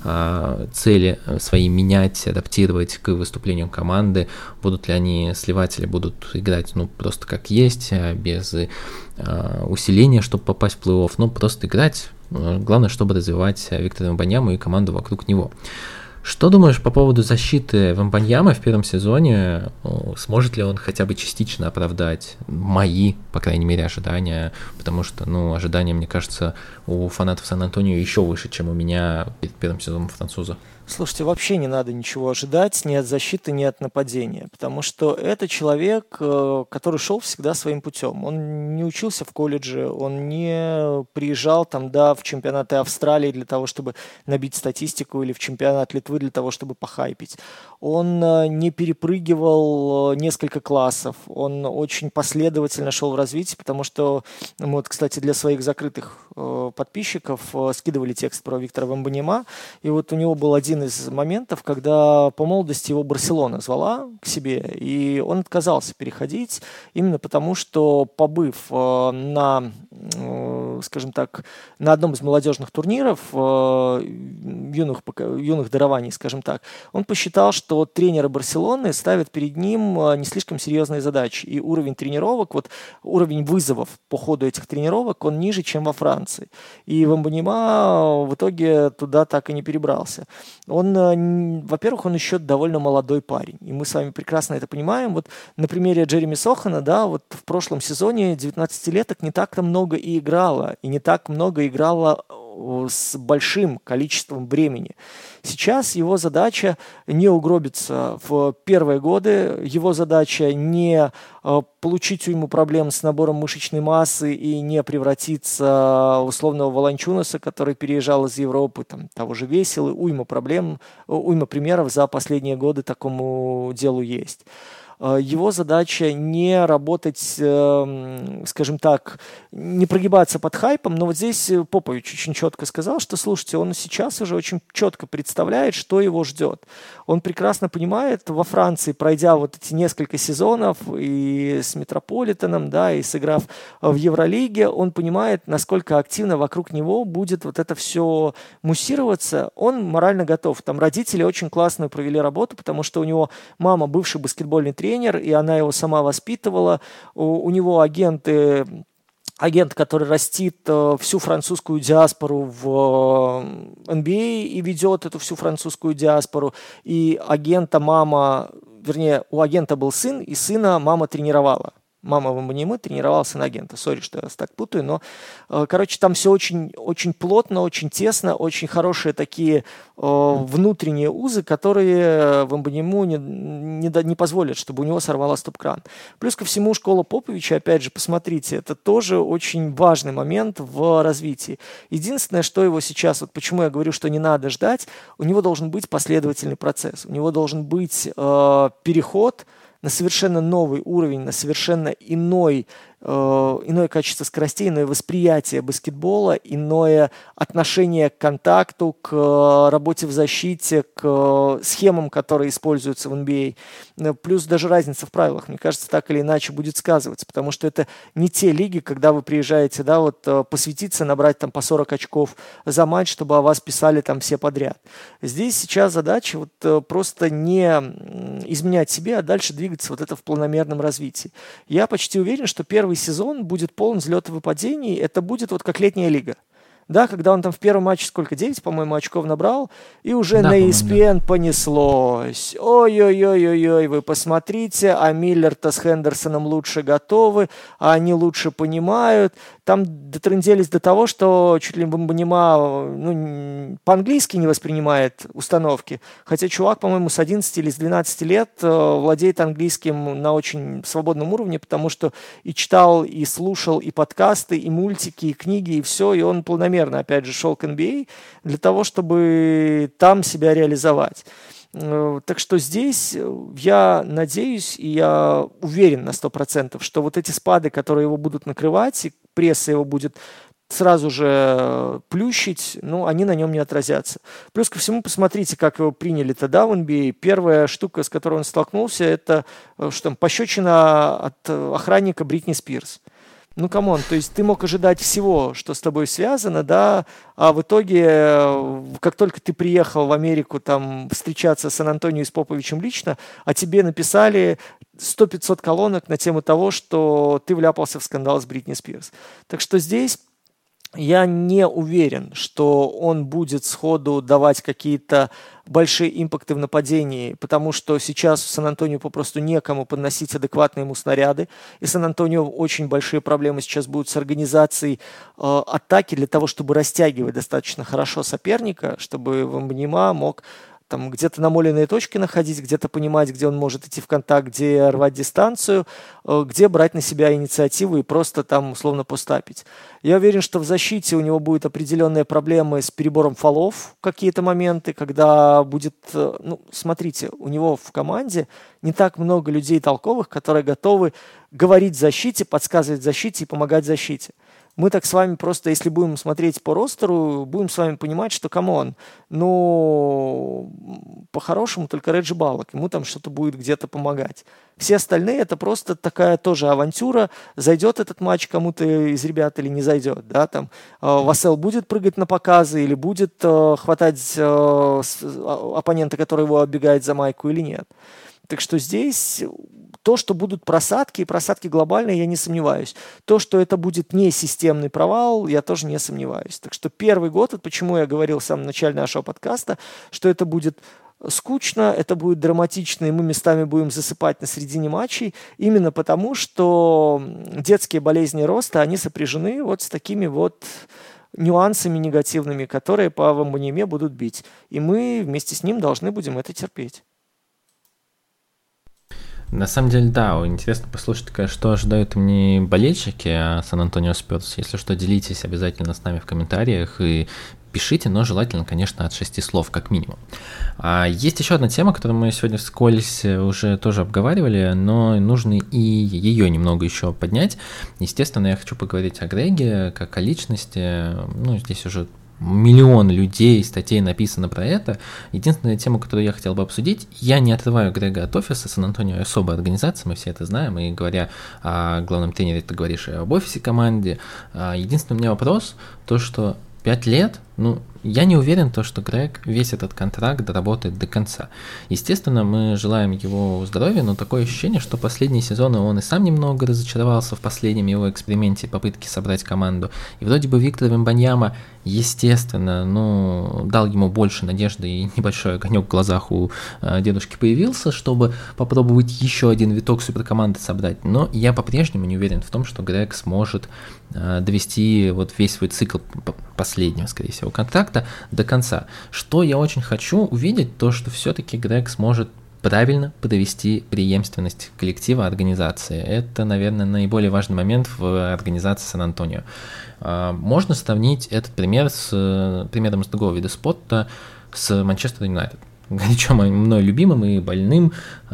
а, цели свои менять, адаптировать к выступлению команды. Будут ли они сливать или будут играть ну просто как есть, без а, усиления, чтобы попасть в плей-офф. Ну, просто играть. Главное, чтобы развивать Виктора Вембаньяму и команду вокруг него. Что думаешь по поводу защиты Вембаньяма в первом сезоне? Сможет ли он хотя бы частично оправдать мои, по крайней мере, ожидания? Потому что, ну, ожидания, мне кажется, у фанатов Сан-Антонио еще выше, чем у меня перед первым сезоном француза. Слушайте, вообще не надо ничего ожидать ни от защиты, ни от нападения, потому что это человек, который шел всегда своим путем. Он не учился в колледже, он не приезжал там, да, в чемпионаты Австралии для того, чтобы набить статистику, или в чемпионат Литвы битвы для того, чтобы похайпить. Он не перепрыгивал несколько классов, он очень последовательно шел в развитии, потому что мы вот, кстати, для своих закрытых э, подписчиков э, скидывали текст про Виктора Вембаньяма, и вот у него был один из моментов, когда по молодости его Барселона звала к себе, и он отказался переходить, именно потому что, побыв э, на, э, скажем так, на одном из молодежных турниров э, юных, юных дарований, скажем так, он посчитал, что тренеры Барселоны ставят перед ним э, не слишком серьезные задачи, и уровень тренировок, вот уровень вызовов по ходу этих тренировок, он ниже, чем во Франции. И Вембаньяма в итоге туда так и не перебрался. Он, во-первых, он еще довольно молодой парень, и мы с вами прекрасно это понимаем. Вот на примере Джереми Сохана, да, вот в прошлом сезоне девятнадцатилеток не так-то много и играло, и не так много играло с большим количеством времени. Сейчас его задача не угробиться в первые годы, его задача не получить уйму проблем с набором мышечной массы и не превратиться в условного Волончунаса, который переезжал из Европы, там, того же Веселы, уйма проблем, уйма примеров за последние годы такому делу есть. Его задача не работать, скажем так, не прогибаться под хайпом, но вот здесь Попович очень четко сказал, что, слушайте, он сейчас уже очень четко представляет, что его ждет. Он прекрасно понимает, во Франции, пройдя вот эти несколько сезонов и с Метрополитеном, да, и сыграв в Евролиге, он понимает, насколько активно вокруг него будет вот это все муссироваться. Он морально готов. Там родители очень классную провели работу, потому что у него мама бывший баскетбольный тренер, тренер, и она его сама воспитывала. У, у него агенты, агент, который растит э, всю французскую диаспору в э, эн би эй и ведет эту всю французскую диаспору. И агента мама, вернее, у агента был сын, и сына мама тренировала. Мама Вембаньямы тренировала сын агента. Сори, что я так путаю, но, э, короче, там все очень, очень плотно, очень тесно, очень хорошие такие э, внутренние узы, которые Вембаньяму не, не, не позволят, чтобы у него сорвала стоп-кран. Плюс ко всему, школа Поповича, опять же, посмотрите, это тоже очень важный момент в развитии. Единственное, что его сейчас, вот почему я говорю, что не надо ждать, у него должен быть последовательный процесс, у него должен быть э, переход на совершенно новый уровень, на совершенно иной, э, иное качество скоростей, иное восприятие баскетбола, иное отношение к контакту, к э, работе в защите, к э, схемам, которые используются в эн би эй. Плюс даже разница в правилах, мне кажется, так или иначе будет сказываться, потому что это не те лиги, когда вы приезжаете, да, вот э, посвятиться, набрать там по сорок очков за матч, чтобы о вас писали там все подряд. Здесь сейчас задача вот э, просто не изменять себе, а дальше двигаться вот это в планомерном развитии. Я почти уверен, что первый сезон будет полон взлетов и падений. Это будет вот как летняя лига. Да, когда он там в первом матче сколько, девять, по-моему, очков набрал, и уже да, на и эс пи эн да. понеслось. Ой-ой-ой-ой-ой, вы посмотрите, а Миллер-то с Хендерсоном лучше готовы, а они лучше понимают. Там дотрынделись до того, что чуть ли Вембаньяма ну, по-английски не воспринимает установки, хотя чувак, по-моему, с одиннадцати или с двенадцати лет владеет английским на очень свободном уровне, потому что и читал, и слушал, и подкасты, и мультики, и книги, и все, и он планомерно, опять же, шел к эн би эй для того, чтобы там себя реализовать. Так что здесь я надеюсь и я уверен на сто процентов, что вот эти спады, которые его будут накрывать, и пресса его будет сразу же плющить, ну, они на нем не отразятся. Плюс ко всему, посмотрите, как его приняли тогда в эн би эй. Первая штука, с которой он столкнулся, это что там, пощечина от охранника Бритни Спирс. Ну, камон, то есть ты мог ожидать всего, что с тобой связано, да, а в итоге, как только ты приехал в Америку там встречаться с Сан-Антонио и с Поповичем лично, а тебе написали сто-пятьсот колонок на тему того, что ты вляпался в скандал с Бритни Спирс. Так что здесь я не уверен, что он будет сходу давать какие-то большие импакты в нападении, потому что сейчас в Сан-Антонио попросту некому подносить адекватные ему снаряды, и Сан-Антонио очень большие проблемы сейчас будут с организацией э, атаки для того, чтобы растягивать достаточно хорошо соперника, чтобы Вембаньяма мог там где-то намоленные точки находить, где-то понимать, где он может идти в контакт, где рвать дистанцию, где брать на себя инициативу и просто там условно постапить. Я уверен, что в защите у него будут определенные проблемы с перебором фолов, какие-то моменты, когда будет... Ну, смотрите, у него в команде не так много людей толковых, которые готовы говорить в защите, подсказывать в защите и помогать в защите. Мы так с вами просто, если будем смотреть по ростеру, будем с вами понимать, что, камон, ну, по-хорошему только Реджи Баллок, ему там что-то будет где-то помогать. Все остальные это просто такая тоже авантюра, зайдет этот матч кому-то из ребят или не зайдет, да, там э, Вассел будет прыгать на показы или будет э, хватать э, с, э, оппонента, который его оббегает за майку или нет. Так что здесь то, что будут просадки, и просадки глобальные, я не сомневаюсь. То, что это будет не системный провал, я тоже не сомневаюсь. Так что первый год, это почему я говорил в самом начале нашего подкаста, что это будет скучно, это будет драматично, и мы местами будем засыпать на середине матчей, именно потому, что детские болезни роста, они сопряжены вот с такими вот нюансами негативными, которые по Вембаньяме будут бить. И мы вместе с ним должны будем это терпеть. На самом деле, да, интересно послушать, что ожидают мне болельщики Сан-Антонио Спёрс. Если что, делитесь обязательно с нами в комментариях и пишите, но желательно, конечно, от шести слов, как минимум. А есть еще одна тема, которую мы сегодня вскользь уже тоже обговаривали, но нужно и ее немного еще поднять. Естественно, я хочу поговорить о Греге, как о личности. Ну, здесь уже миллион людей, статей написано про это. Единственная тема, которую я хотел бы обсудить, я не отрываю Грега от офиса, Сан-Антонио особая организация, мы все это знаем, и говоря о главном тренере, ты говоришь и об офисе команде. Единственный у меня вопрос, то что пять лет, ну, я не уверен, то, что Грег весь этот контракт доработает до конца. Естественно, мы желаем его здоровья, но такое ощущение, что последние сезоны он и сам немного разочаровался в последнем его эксперименте попытки собрать команду. И вроде бы Виктор Вембаньяма, естественно, ну, дал ему больше надежды, и небольшой огонек в глазах у э, дедушки появился, чтобы попробовать еще один виток суперкоманды собрать. Но я по-прежнему не уверен в том, что Грег сможет э, довести вот весь свой цикл последнего, скорее всего, контракта до конца. Что я очень хочу увидеть, то что все-таки Грег сможет правильно подвести преемственность коллектива, организации. Это, наверное, наиболее важный момент в организации Сан-Антонио. Можно сравнить этот пример с примером с другого вида спорта, с Манчестер Юнайтед. Горячо мной любимым и больным,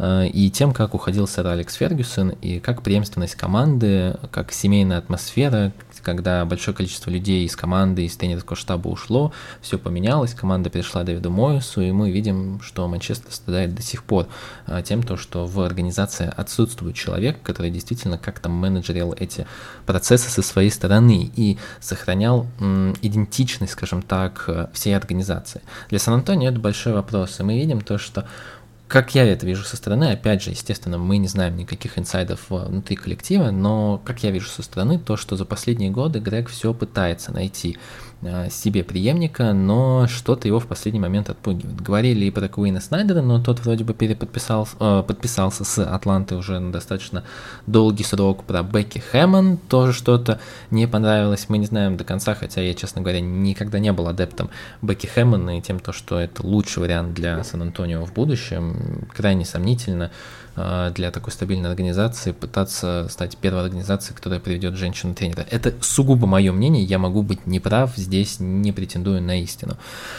и тем, как уходил сэр Алекс Фергюсон, и как преемственность команды, как семейная атмосфера, когда большое количество людей из команды, из тренерского штаба ушло, все поменялось, команда перешла Дэвиду Моэсу, и мы видим, что Манчестер страдает до сих пор тем, то, что в организации отсутствует человек, который действительно как-то менеджерил эти процессы со своей стороны и сохранял м, идентичность, скажем так, всей организации. Для Сан-Антонио это большой вопрос, и мы видим то, что как я это вижу со стороны, опять же, естественно, мы не знаем никаких инсайдов внутри коллектива, но как я вижу со стороны, то, что за последние годы Грег все пытается найти себе преемника, но что-то его в последний момент отпугивает. Говорили и про Куина Снайдера, но тот вроде бы переподписался, э, подписался с Атлантой уже на достаточно долгий срок. Про Бекки Хэммон тоже что-то не понравилось, мы не знаем до конца, хотя я, честно говоря, никогда не был адептом Бекки Хэммона и тем, то, что это лучший вариант для Сан-Антонио в будущем, крайне сомнительно для такой стабильной организации пытаться стать первой организацией, которая приведет женщину-тренера. Это сугубо мое мнение, я могу быть неправ, здесь не претендую на истину.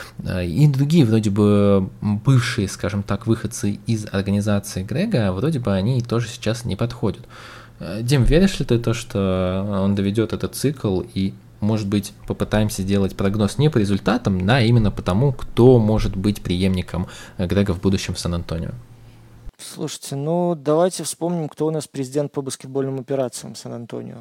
И другие, вроде бы, бывшие, скажем так, выходцы из организации Грега, вроде бы они тоже сейчас не подходят. Дим, веришь ли ты то, что он доведет этот цикл и, может быть, попытаемся сделать прогноз не по результатам, а именно по тому, кто может быть преемником Грега в будущем в Сан-Антонио? Слушайте, ну давайте вспомним, кто у нас президент по баскетбольным операциям Сан-Антонио.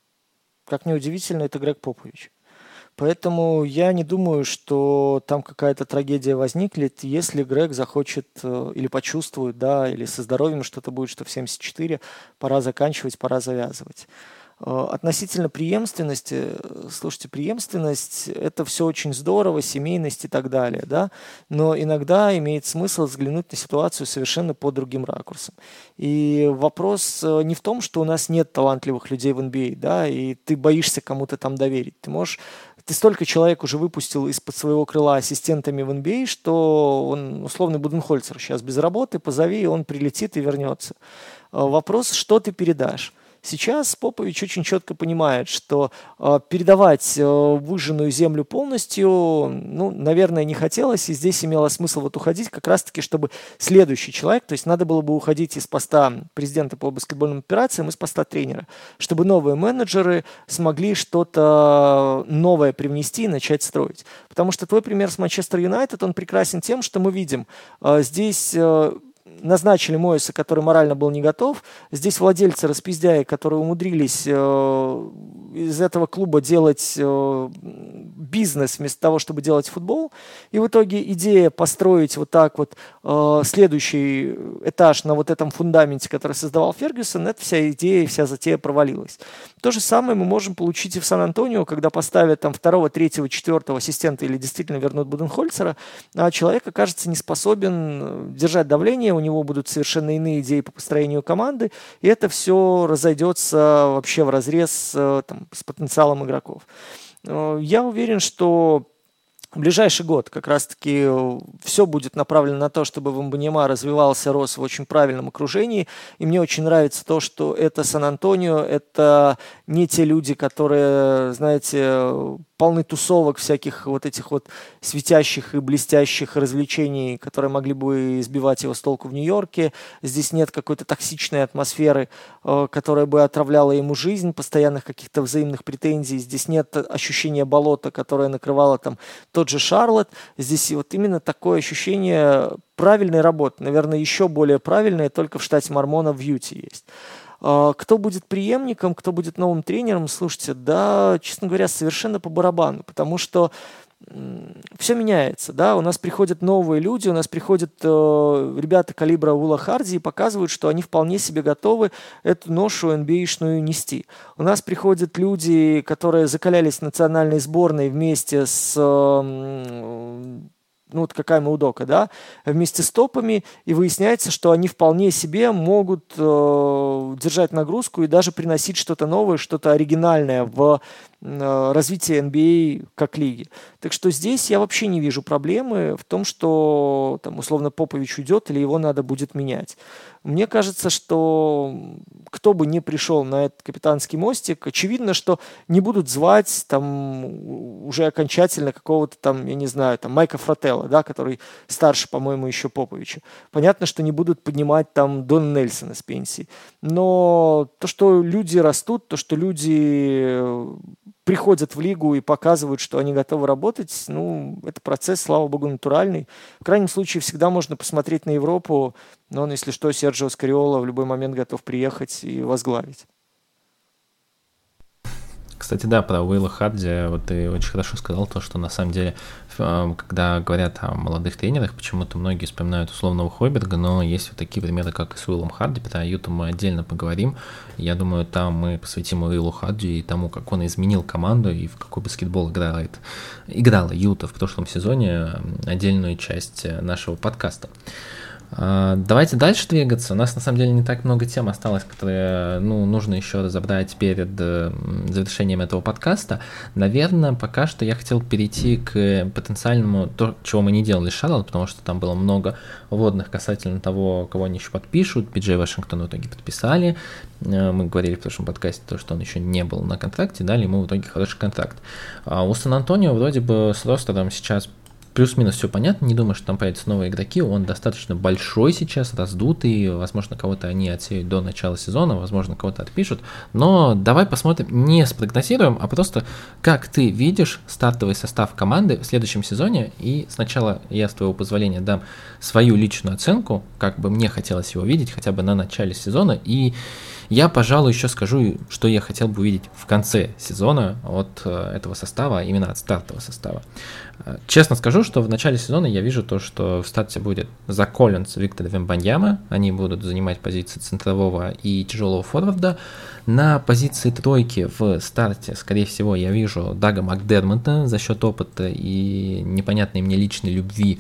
Как ни удивительно, это Грег Попович. Поэтому я не думаю, что там какая-то трагедия возникнет, если Грег захочет или почувствует, да, или со здоровьем что-то будет, что в семьдесят четыре пора заканчивать, пора завязывать. Относительно преемственности, слушайте, преемственность – это все очень здорово, семейность и так далее, да, но иногда имеет смысл взглянуть на ситуацию совершенно под другим ракурсом. И вопрос не в том, что у нас нет талантливых людей в эн би эй, да, и ты боишься кому-то там доверить. Ты можешь ты столько человек уже выпустил из-под своего крыла ассистентами в эн би эй, что он условный Буденхольцер сейчас без работы, позови, он прилетит и вернется. Вопрос, что ты передашь. Сейчас Попович очень четко понимает, что э, передавать э, выжженную землю полностью, ну, наверное, не хотелось, и здесь имело смысл вот уходить как раз-таки, чтобы следующий человек, то есть надо было бы уходить из поста президента по баскетбольным операциям, из поста тренера, чтобы новые менеджеры смогли что-то новое привнести и начать строить. Потому что твой пример с Манчестер Юнайтед, он прекрасен тем, что мы видим, э, здесь... Э, назначили Моэса, который морально был не готов. Здесь владельцы распиздяи, которые умудрились э, из этого клуба делать э, бизнес вместо того, чтобы делать футбол. И в итоге идея построить вот так вот э, следующий этаж на вот этом фундаменте, который создавал Фергюсон, эта вся идея, вся затея провалилась. То же самое мы можем получить и в Сан-Антонио, когда поставят там второго, третьего, четвертого ассистента или действительно вернут Буденхольцера, а человек окажется не способен держать давление, у него будут совершенно иные идеи по построению команды, и это все разойдется вообще вразрез там, с потенциалом игроков. Я уверен, что в ближайший год как раз-таки все будет направлено на то, чтобы Вембаньяма развивался, рос в очень правильном окружении. И мне очень нравится то, что это Сан-Антонио, это не те люди, которые, знаете, полны тусовок, всяких вот этих вот светящих и блестящих развлечений, которые могли бы избивать его с толку в Нью-Йорке. Здесь нет какой-то токсичной атмосферы, которая бы отравляла ему жизнь, постоянных каких-то взаимных претензий. Здесь нет ощущения болота, которое накрывало там тот же Шарлотт. Здесь вот именно такое ощущение правильной работы. Наверное, еще более правильное только в штате Мормонов в Юте есть. Кто будет преемником, кто будет новым тренером, слушайте, да, честно говоря, совершенно по барабану, потому что все меняется, да, у нас приходят новые люди, у нас приходят э, ребята калибра Уилла Харди и показывают, что они вполне себе готовы эту ношу эн би эй-шную нести. У нас приходят люди, которые закалялись в национальной сборной вместе с... Э, ну вот какая Маудока, да, вместе с топами, и выясняется, что они вполне себе могут э, держать нагрузку и даже приносить что-то новое, что-то оригинальное в э, развитии эн би эй как лиги. Так что здесь я вообще не вижу проблемы в том, что там условно Попович уйдет или его надо будет менять. Мне кажется, что кто бы ни пришел на этот капитанский мостик, очевидно, что не будут звать там уже окончательно какого-то там, я не знаю, там Майка Фрателло, да, который старше, по-моему, еще Поповича. Понятно, что не будут поднимать там Дона Нельсона с пенсии. Но то, что люди растут, то, что люди приходят в лигу и показывают, что они готовы работать, ну, это процесс, слава богу, натуральный. В крайнем случае, всегда можно посмотреть на Европу, но он, если что, Серджио Скариола в любой момент готов приехать и возглавить. Кстати, да, про Уилла Харди, вот ты очень хорошо сказал то, что на самом деле, когда говорят о молодых тренерах, почему-то многие вспоминают условного Хойберга, но есть вот такие примеры, как и с Уиллом Харди. Про Юту мы отдельно поговорим. Я думаю, там мы посвятим Уиллу Харди и тому, как он изменил команду и в какой баскетбол играет, играла Юта в прошлом сезоне, отдельную часть нашего подкаста. Давайте дальше двигаться. У нас на самом деле не так много тем осталось, которые, ну, нужно еще разобрать перед завершением этого подкаста. Наверное, пока что я хотел перейти к потенциальному, то, чего мы не делали с Шарлотт, потому что там было много вводных касательно того, кого они еще подпишут. Пи-Джей Вашингтон в итоге подписали. Мы говорили в прошлом подкасте, то, что он еще не был на контракте, дали ему в итоге хороший контракт. А у Сан-Антонио вроде бы с ростером сейчас плюс-минус все понятно, не думаю, что там появятся новые игроки, он достаточно большой сейчас, раздутый, возможно, кого-то они отсеют до начала сезона, возможно, кого-то отпишут, но давай посмотрим, не спрогнозируем, а просто как ты видишь стартовый состав команды в следующем сезоне, и сначала я, с твоего позволения, дам свою личную оценку, как бы мне хотелось его видеть хотя бы на начале сезона, и я, пожалуй, еще скажу, что я хотел бы увидеть в конце сезона от этого состава, именно от стартового состава. Честно скажу, что в начале сезона я вижу то, что в старте будет Зак Коллинс, Виктор Вембаньяма, они будут занимать позиции центрового и тяжелого форварда. На позиции тройки в старте, скорее всего, я вижу Дага Макдермотта за счет опыта и непонятной мне личной любви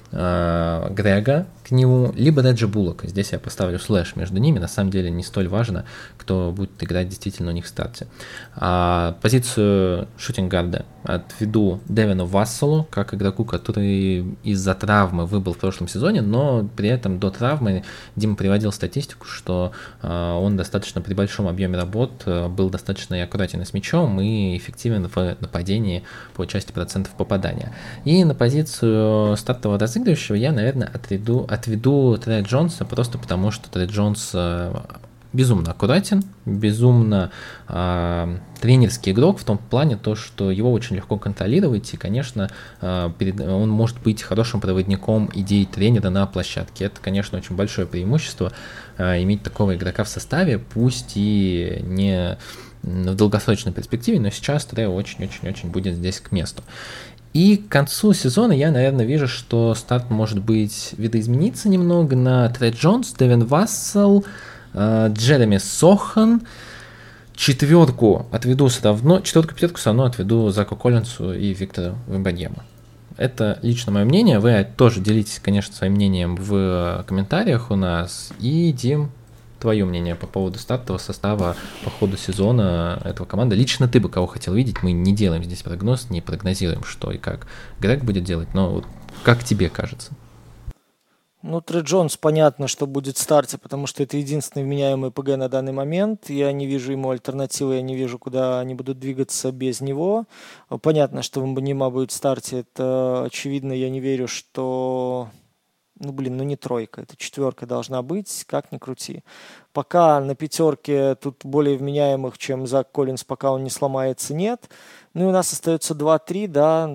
э, Грега к нему, либо Реджи Буллока. Здесь я поставлю слэш между ними, на самом деле не столь важно, кто будет играть действительно у них в старте. А позицию шутинг-гарда отведу Девину Васселу, как игроку, который из-за травмы выбыл в прошлом сезоне, но при этом до травмы Дима приводил статистику, что э, он достаточно при большом объеме работ э, был достаточно и аккуратен с мячом и эффективен в нападении по части процентов попадания. И на позицию стартового разыгрывающего я, наверное, отведу, отведу Трея Джонса, просто потому что Трей Джонс э, безумно аккуратен, безумно э, тренерский игрок в том плане, то, что его очень легко контролировать, и, конечно, э, перед, он может быть хорошим проводником идей тренера на площадке. Это, конечно, очень большое преимущество э, иметь такого игрока в составе, пусть и не в долгосрочной перспективе, но сейчас Трей очень-очень-очень будет здесь к месту. И к концу сезона я, наверное, вижу, что старт может быть видоизмениться немного на Трей Джонс, Девин Вассел, Джереми Сохан. Четверку отведу все равно, четверку пятерку все равно отведу Заку Коллинсу и Виктору Вембаньему. Это лично мое мнение. Вы тоже делитесь, конечно, своим мнением в комментариях у нас. И, Дим, твое мнение по поводу стартового состава по ходу сезона этого команды. Лично ты бы кого хотел видеть. Мы не делаем здесь прогноз, не прогнозируем, что и как Грег будет делать. Но вот как тебе кажется? Ну, Трей Джонс, понятно, что будет в старте, потому что это единственный вменяемый ПГ на данный момент. Я не вижу ему альтернативы, я не вижу, куда они будут двигаться без него. Понятно, что Вембаньема будет в старте, это очевидно. Я не верю, что... Ну, блин, ну не тройка, это четверка должна быть, как ни крути. Пока на пятерке тут более вменяемых, чем Зак Коллинс, пока он не сломается, нет. Ну, и у нас остается два-три, да.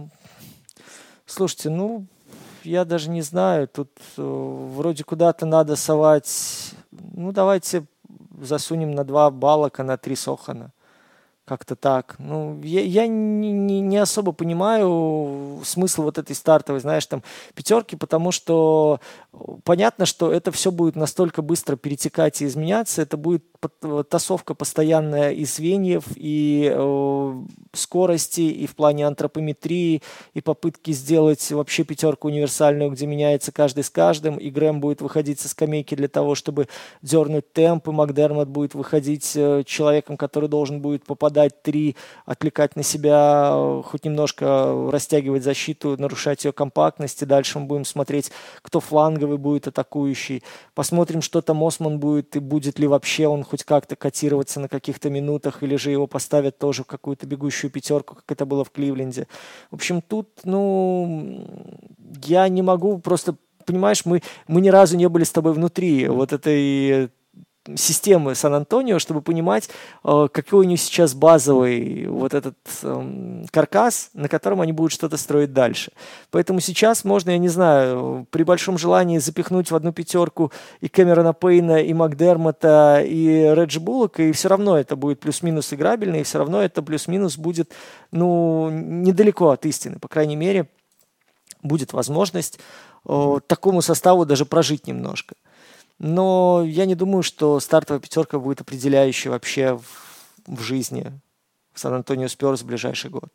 Слушайте, ну... Я даже не знаю, тут э, вроде куда-то надо совать, ну давайте засунем на два Баллока, на три Сохана, как-то так. Ну, я, я не, не, не особо понимаю смысл вот этой стартовой, знаешь, там, пятерки, потому что понятно, что это все будет настолько быстро перетекать и изменяться, это будет тасовка постоянная и звеньев, и э, скорости, и в плане антропометрии, и попытки сделать вообще пятерку универсальную, где меняется каждый с каждым, и Грэм будет выходить со скамейки для того, чтобы дернуть темп, и Макдермот будет выходить э, человеком, который должен будет попадать три, отвлекать на себя, э, хоть немножко растягивать защиту, нарушать ее компактность, и дальше мы будем смотреть, кто фланговый будет атакующий. Посмотрим, что там Осман будет, и будет ли вообще он хоть как-то котироваться на каких-то минутах, или же его поставят тоже в какую-то бегущую пятерку, как это было в Кливленде. В общем, тут, ну, я не могу просто, понимаешь, мы, мы ни разу не были с тобой внутри вот этой системы Сан-Антонио, чтобы понимать, какой у них сейчас базовый вот этот э, каркас, на котором они будут что-то строить дальше. Поэтому сейчас можно, я не знаю, при большом желании запихнуть в одну пятерку и Кэмерона Пейна, и Макдермота, и Реджи Буллока, и все равно это будет плюс-минус играбельно, и все равно это плюс-минус будет, ну, недалеко от истины. По крайней мере, будет возможность э, такому составу даже прожить немножко. Но я не думаю, что стартовая пятерка будет определяющей вообще в, в жизни в Сан-Антонио Спёрс в ближайший год.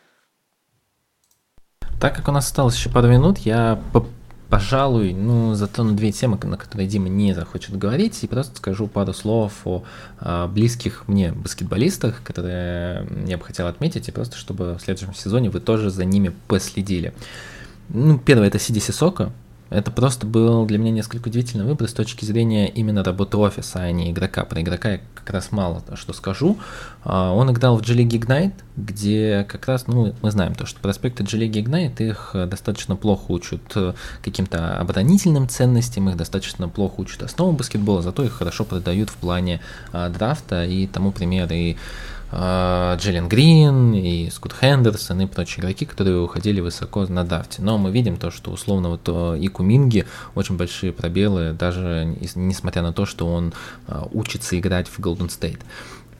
Так как у нас осталось еще пару минут, я, по- пожалуй, ну, затрону две темы, на которые Дима не захочет говорить, и просто скажу пару слов о, о близких мне баскетболистах, которые я бы хотел отметить, и просто чтобы в следующем сезоне вы тоже за ними последили. Ну, первое — это Сиди Сисоко. Это просто был для меня несколько удивительный выбор с точки зрения именно работы офиса, а не игрока. Про игрока я как раз мало что скажу. Он играл в G-League Ignite, где как раз, ну, мы знаем то, что проспекты G-League Ignite, их достаточно плохо учат каким-то оборонительным ценностям, их достаточно плохо учат основам баскетбола, зато их хорошо продают в плане драфта, и тому пример и Джейлен Грин, и Скотт Хендерсон, и прочие игроки, которые уходили высоко на драфте. Но мы видим то, что условно вот и Куминги очень большие пробелы, даже несмотря на то, что он учится играть в Golden State.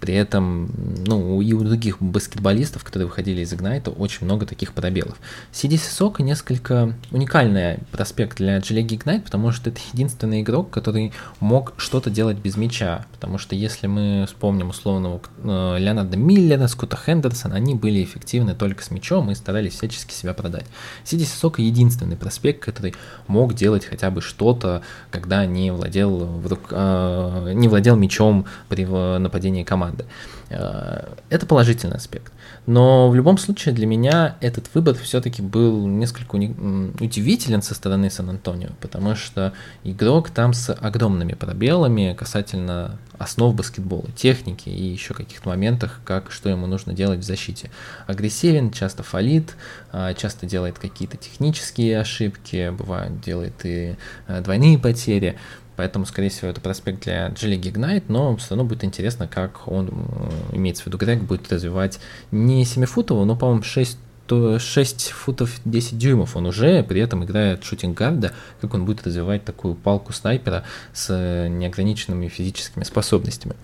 При этом, ну, и у других баскетболистов, которые выходили из Игнайта, очень много таких пробелов. си ди Сисока несколько уникальный проспект для G-League Ignite, потому что это единственный игрок, который мог что-то делать без мяча. Потому что если мы вспомним условного э, Леонарда Миллера, Скотта Хендерсона, они были эффективны только с мячом и старались всячески себя продать. си ди Сисока единственный проспект, который мог делать хотя бы что-то, когда не владел, в рук, э, не владел мячом при нападении команды. Э, это положительный аспект. Но в любом случае для меня этот выбор все-таки был несколько уни- удивителен со стороны Сан-Антонио, потому что игрок там с огромными пробелами касательно основ баскетбола, техники и еще каких-то моментах, как что ему нужно делать в защите. Агрессивен, часто фалит, часто делает какие-то технические ошибки, бывает делает и двойные потери. Поэтому, скорее всего, это проспект для G-League Ignite, но все равно будет интересно, как он, имеется в виду Грег, будет развивать не семифутового, но, по-моему, шесть, шесть футов десять дюймов он уже, при этом играет шутинг-гарда, как он будет развивать такую палку снайпера с неограниченными физическими способностями.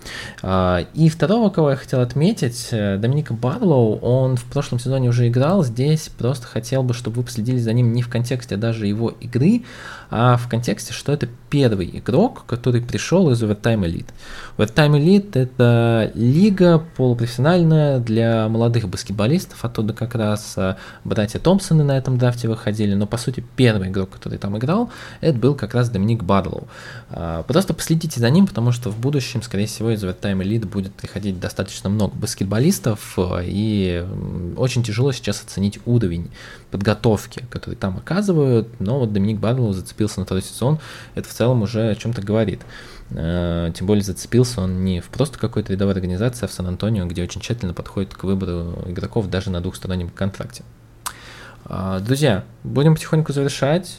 И второго, кого я хотел отметить, Доминика Барлоу, он в прошлом сезоне уже играл, здесь просто хотел бы, чтобы вы последили за ним не в контексте даже его игры, а в контексте, что это первый игрок, который пришел из Overtime Elite. Overtime Elite — это лига полупрофессиональная для молодых баскетболистов, оттуда как раз братья Томпсоны на этом драфте выходили, но по сути первый игрок, который там играл, это был как раз Доминик Барлоу. Просто последите за ним, потому что в будущем, скорее всего, из Overtime Elite будет приходить достаточно много баскетболистов, и очень тяжело сейчас оценить уровень подготовки, который там оказывают, но вот Доминик Барлоу зацепился на второй сезон, это в целом уже о чем-то говорит. Тем более зацепился он не в просто какой-то рядовой организации, а в Сан-Антонио, где очень тщательно подходит к выбору игроков даже на двухстороннем контракте. Друзья, будем потихоньку завершать.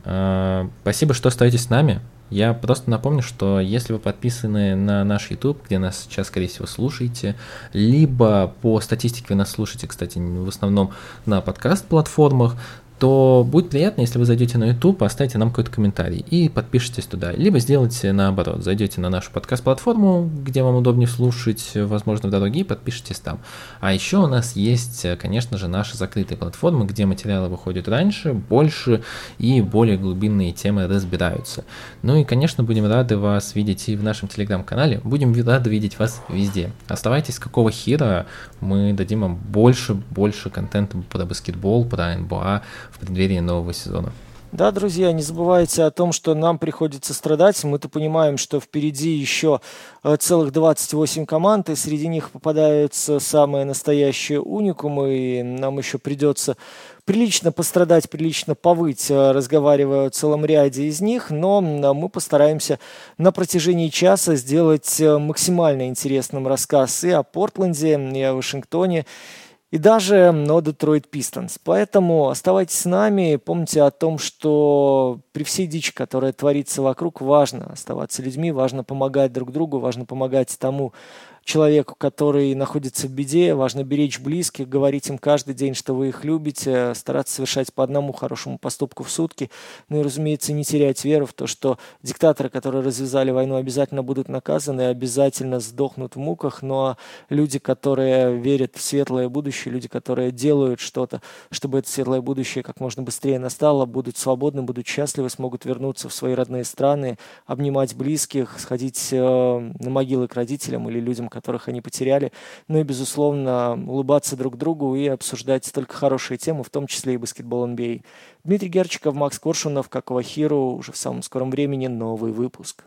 Спасибо, что остаетесь с нами. Я просто напомню, что если вы подписаны на наш YouTube, где нас сейчас, скорее всего, слушаете, либо по статистике вы нас слушаете, кстати, в основном на подкаст-платформах, то будет приятно, если вы зайдете на YouTube, оставите нам какой-то комментарий и подпишитесь туда. Либо сделайте наоборот, зайдете на нашу подкаст-платформу, где вам удобнее слушать, возможно, в дороге, и подпишитесь там. А еще у нас есть, конечно же, наши закрытые платформы, где материалы выходят раньше, больше и более глубинные темы разбираются. Ну и, конечно, будем рады вас видеть и в нашем телеграм-канале, будем рады видеть вас везде. Оставайтесь, какого хера, мы дадим вам больше, больше контента про баскетбол, про эн бэ а, в преддверии нового сезона. Да, друзья, не забывайте о том, что нам приходится страдать. Мы-то понимаем, что впереди еще целых двадцать восемь команд, и среди них попадаются самые настоящие уникумы, и нам еще придется прилично пострадать, прилично повыть, разговаривая о целом ряде из них, но мы постараемся на протяжении часа сделать максимально интересным рассказ и о Портленде, и о Вашингтоне, и даже о Детройт Пистонс. Поэтому оставайтесь с нами, помните о том, что при всей дичи, которая творится вокруг, важно оставаться людьми, важно помогать друг другу, важно помогать тому человеку, который находится в беде, важно беречь близких, говорить им каждый день, что вы их любите, стараться совершать по одному хорошему поступку в сутки, ну и, разумеется, не терять веру в то, что диктаторы, которые развязали войну, обязательно будут наказаны, обязательно сдохнут в муках, но люди, которые верят в светлое будущее, люди, которые делают что-то, чтобы это светлое будущее как можно быстрее настало, будут свободны, будут счастливы, смогут вернуться в свои родные страны, обнимать близких, сходить э, на могилы к родителям или людям, которых они потеряли, ну и, безусловно, улыбаться друг другу и обсуждать только хорошие темы, в том числе и баскетбол эн би эй. Дмитрий Герчиков, Макс Коршунов, Какого Хиру, уже в самом скором времени новый выпуск.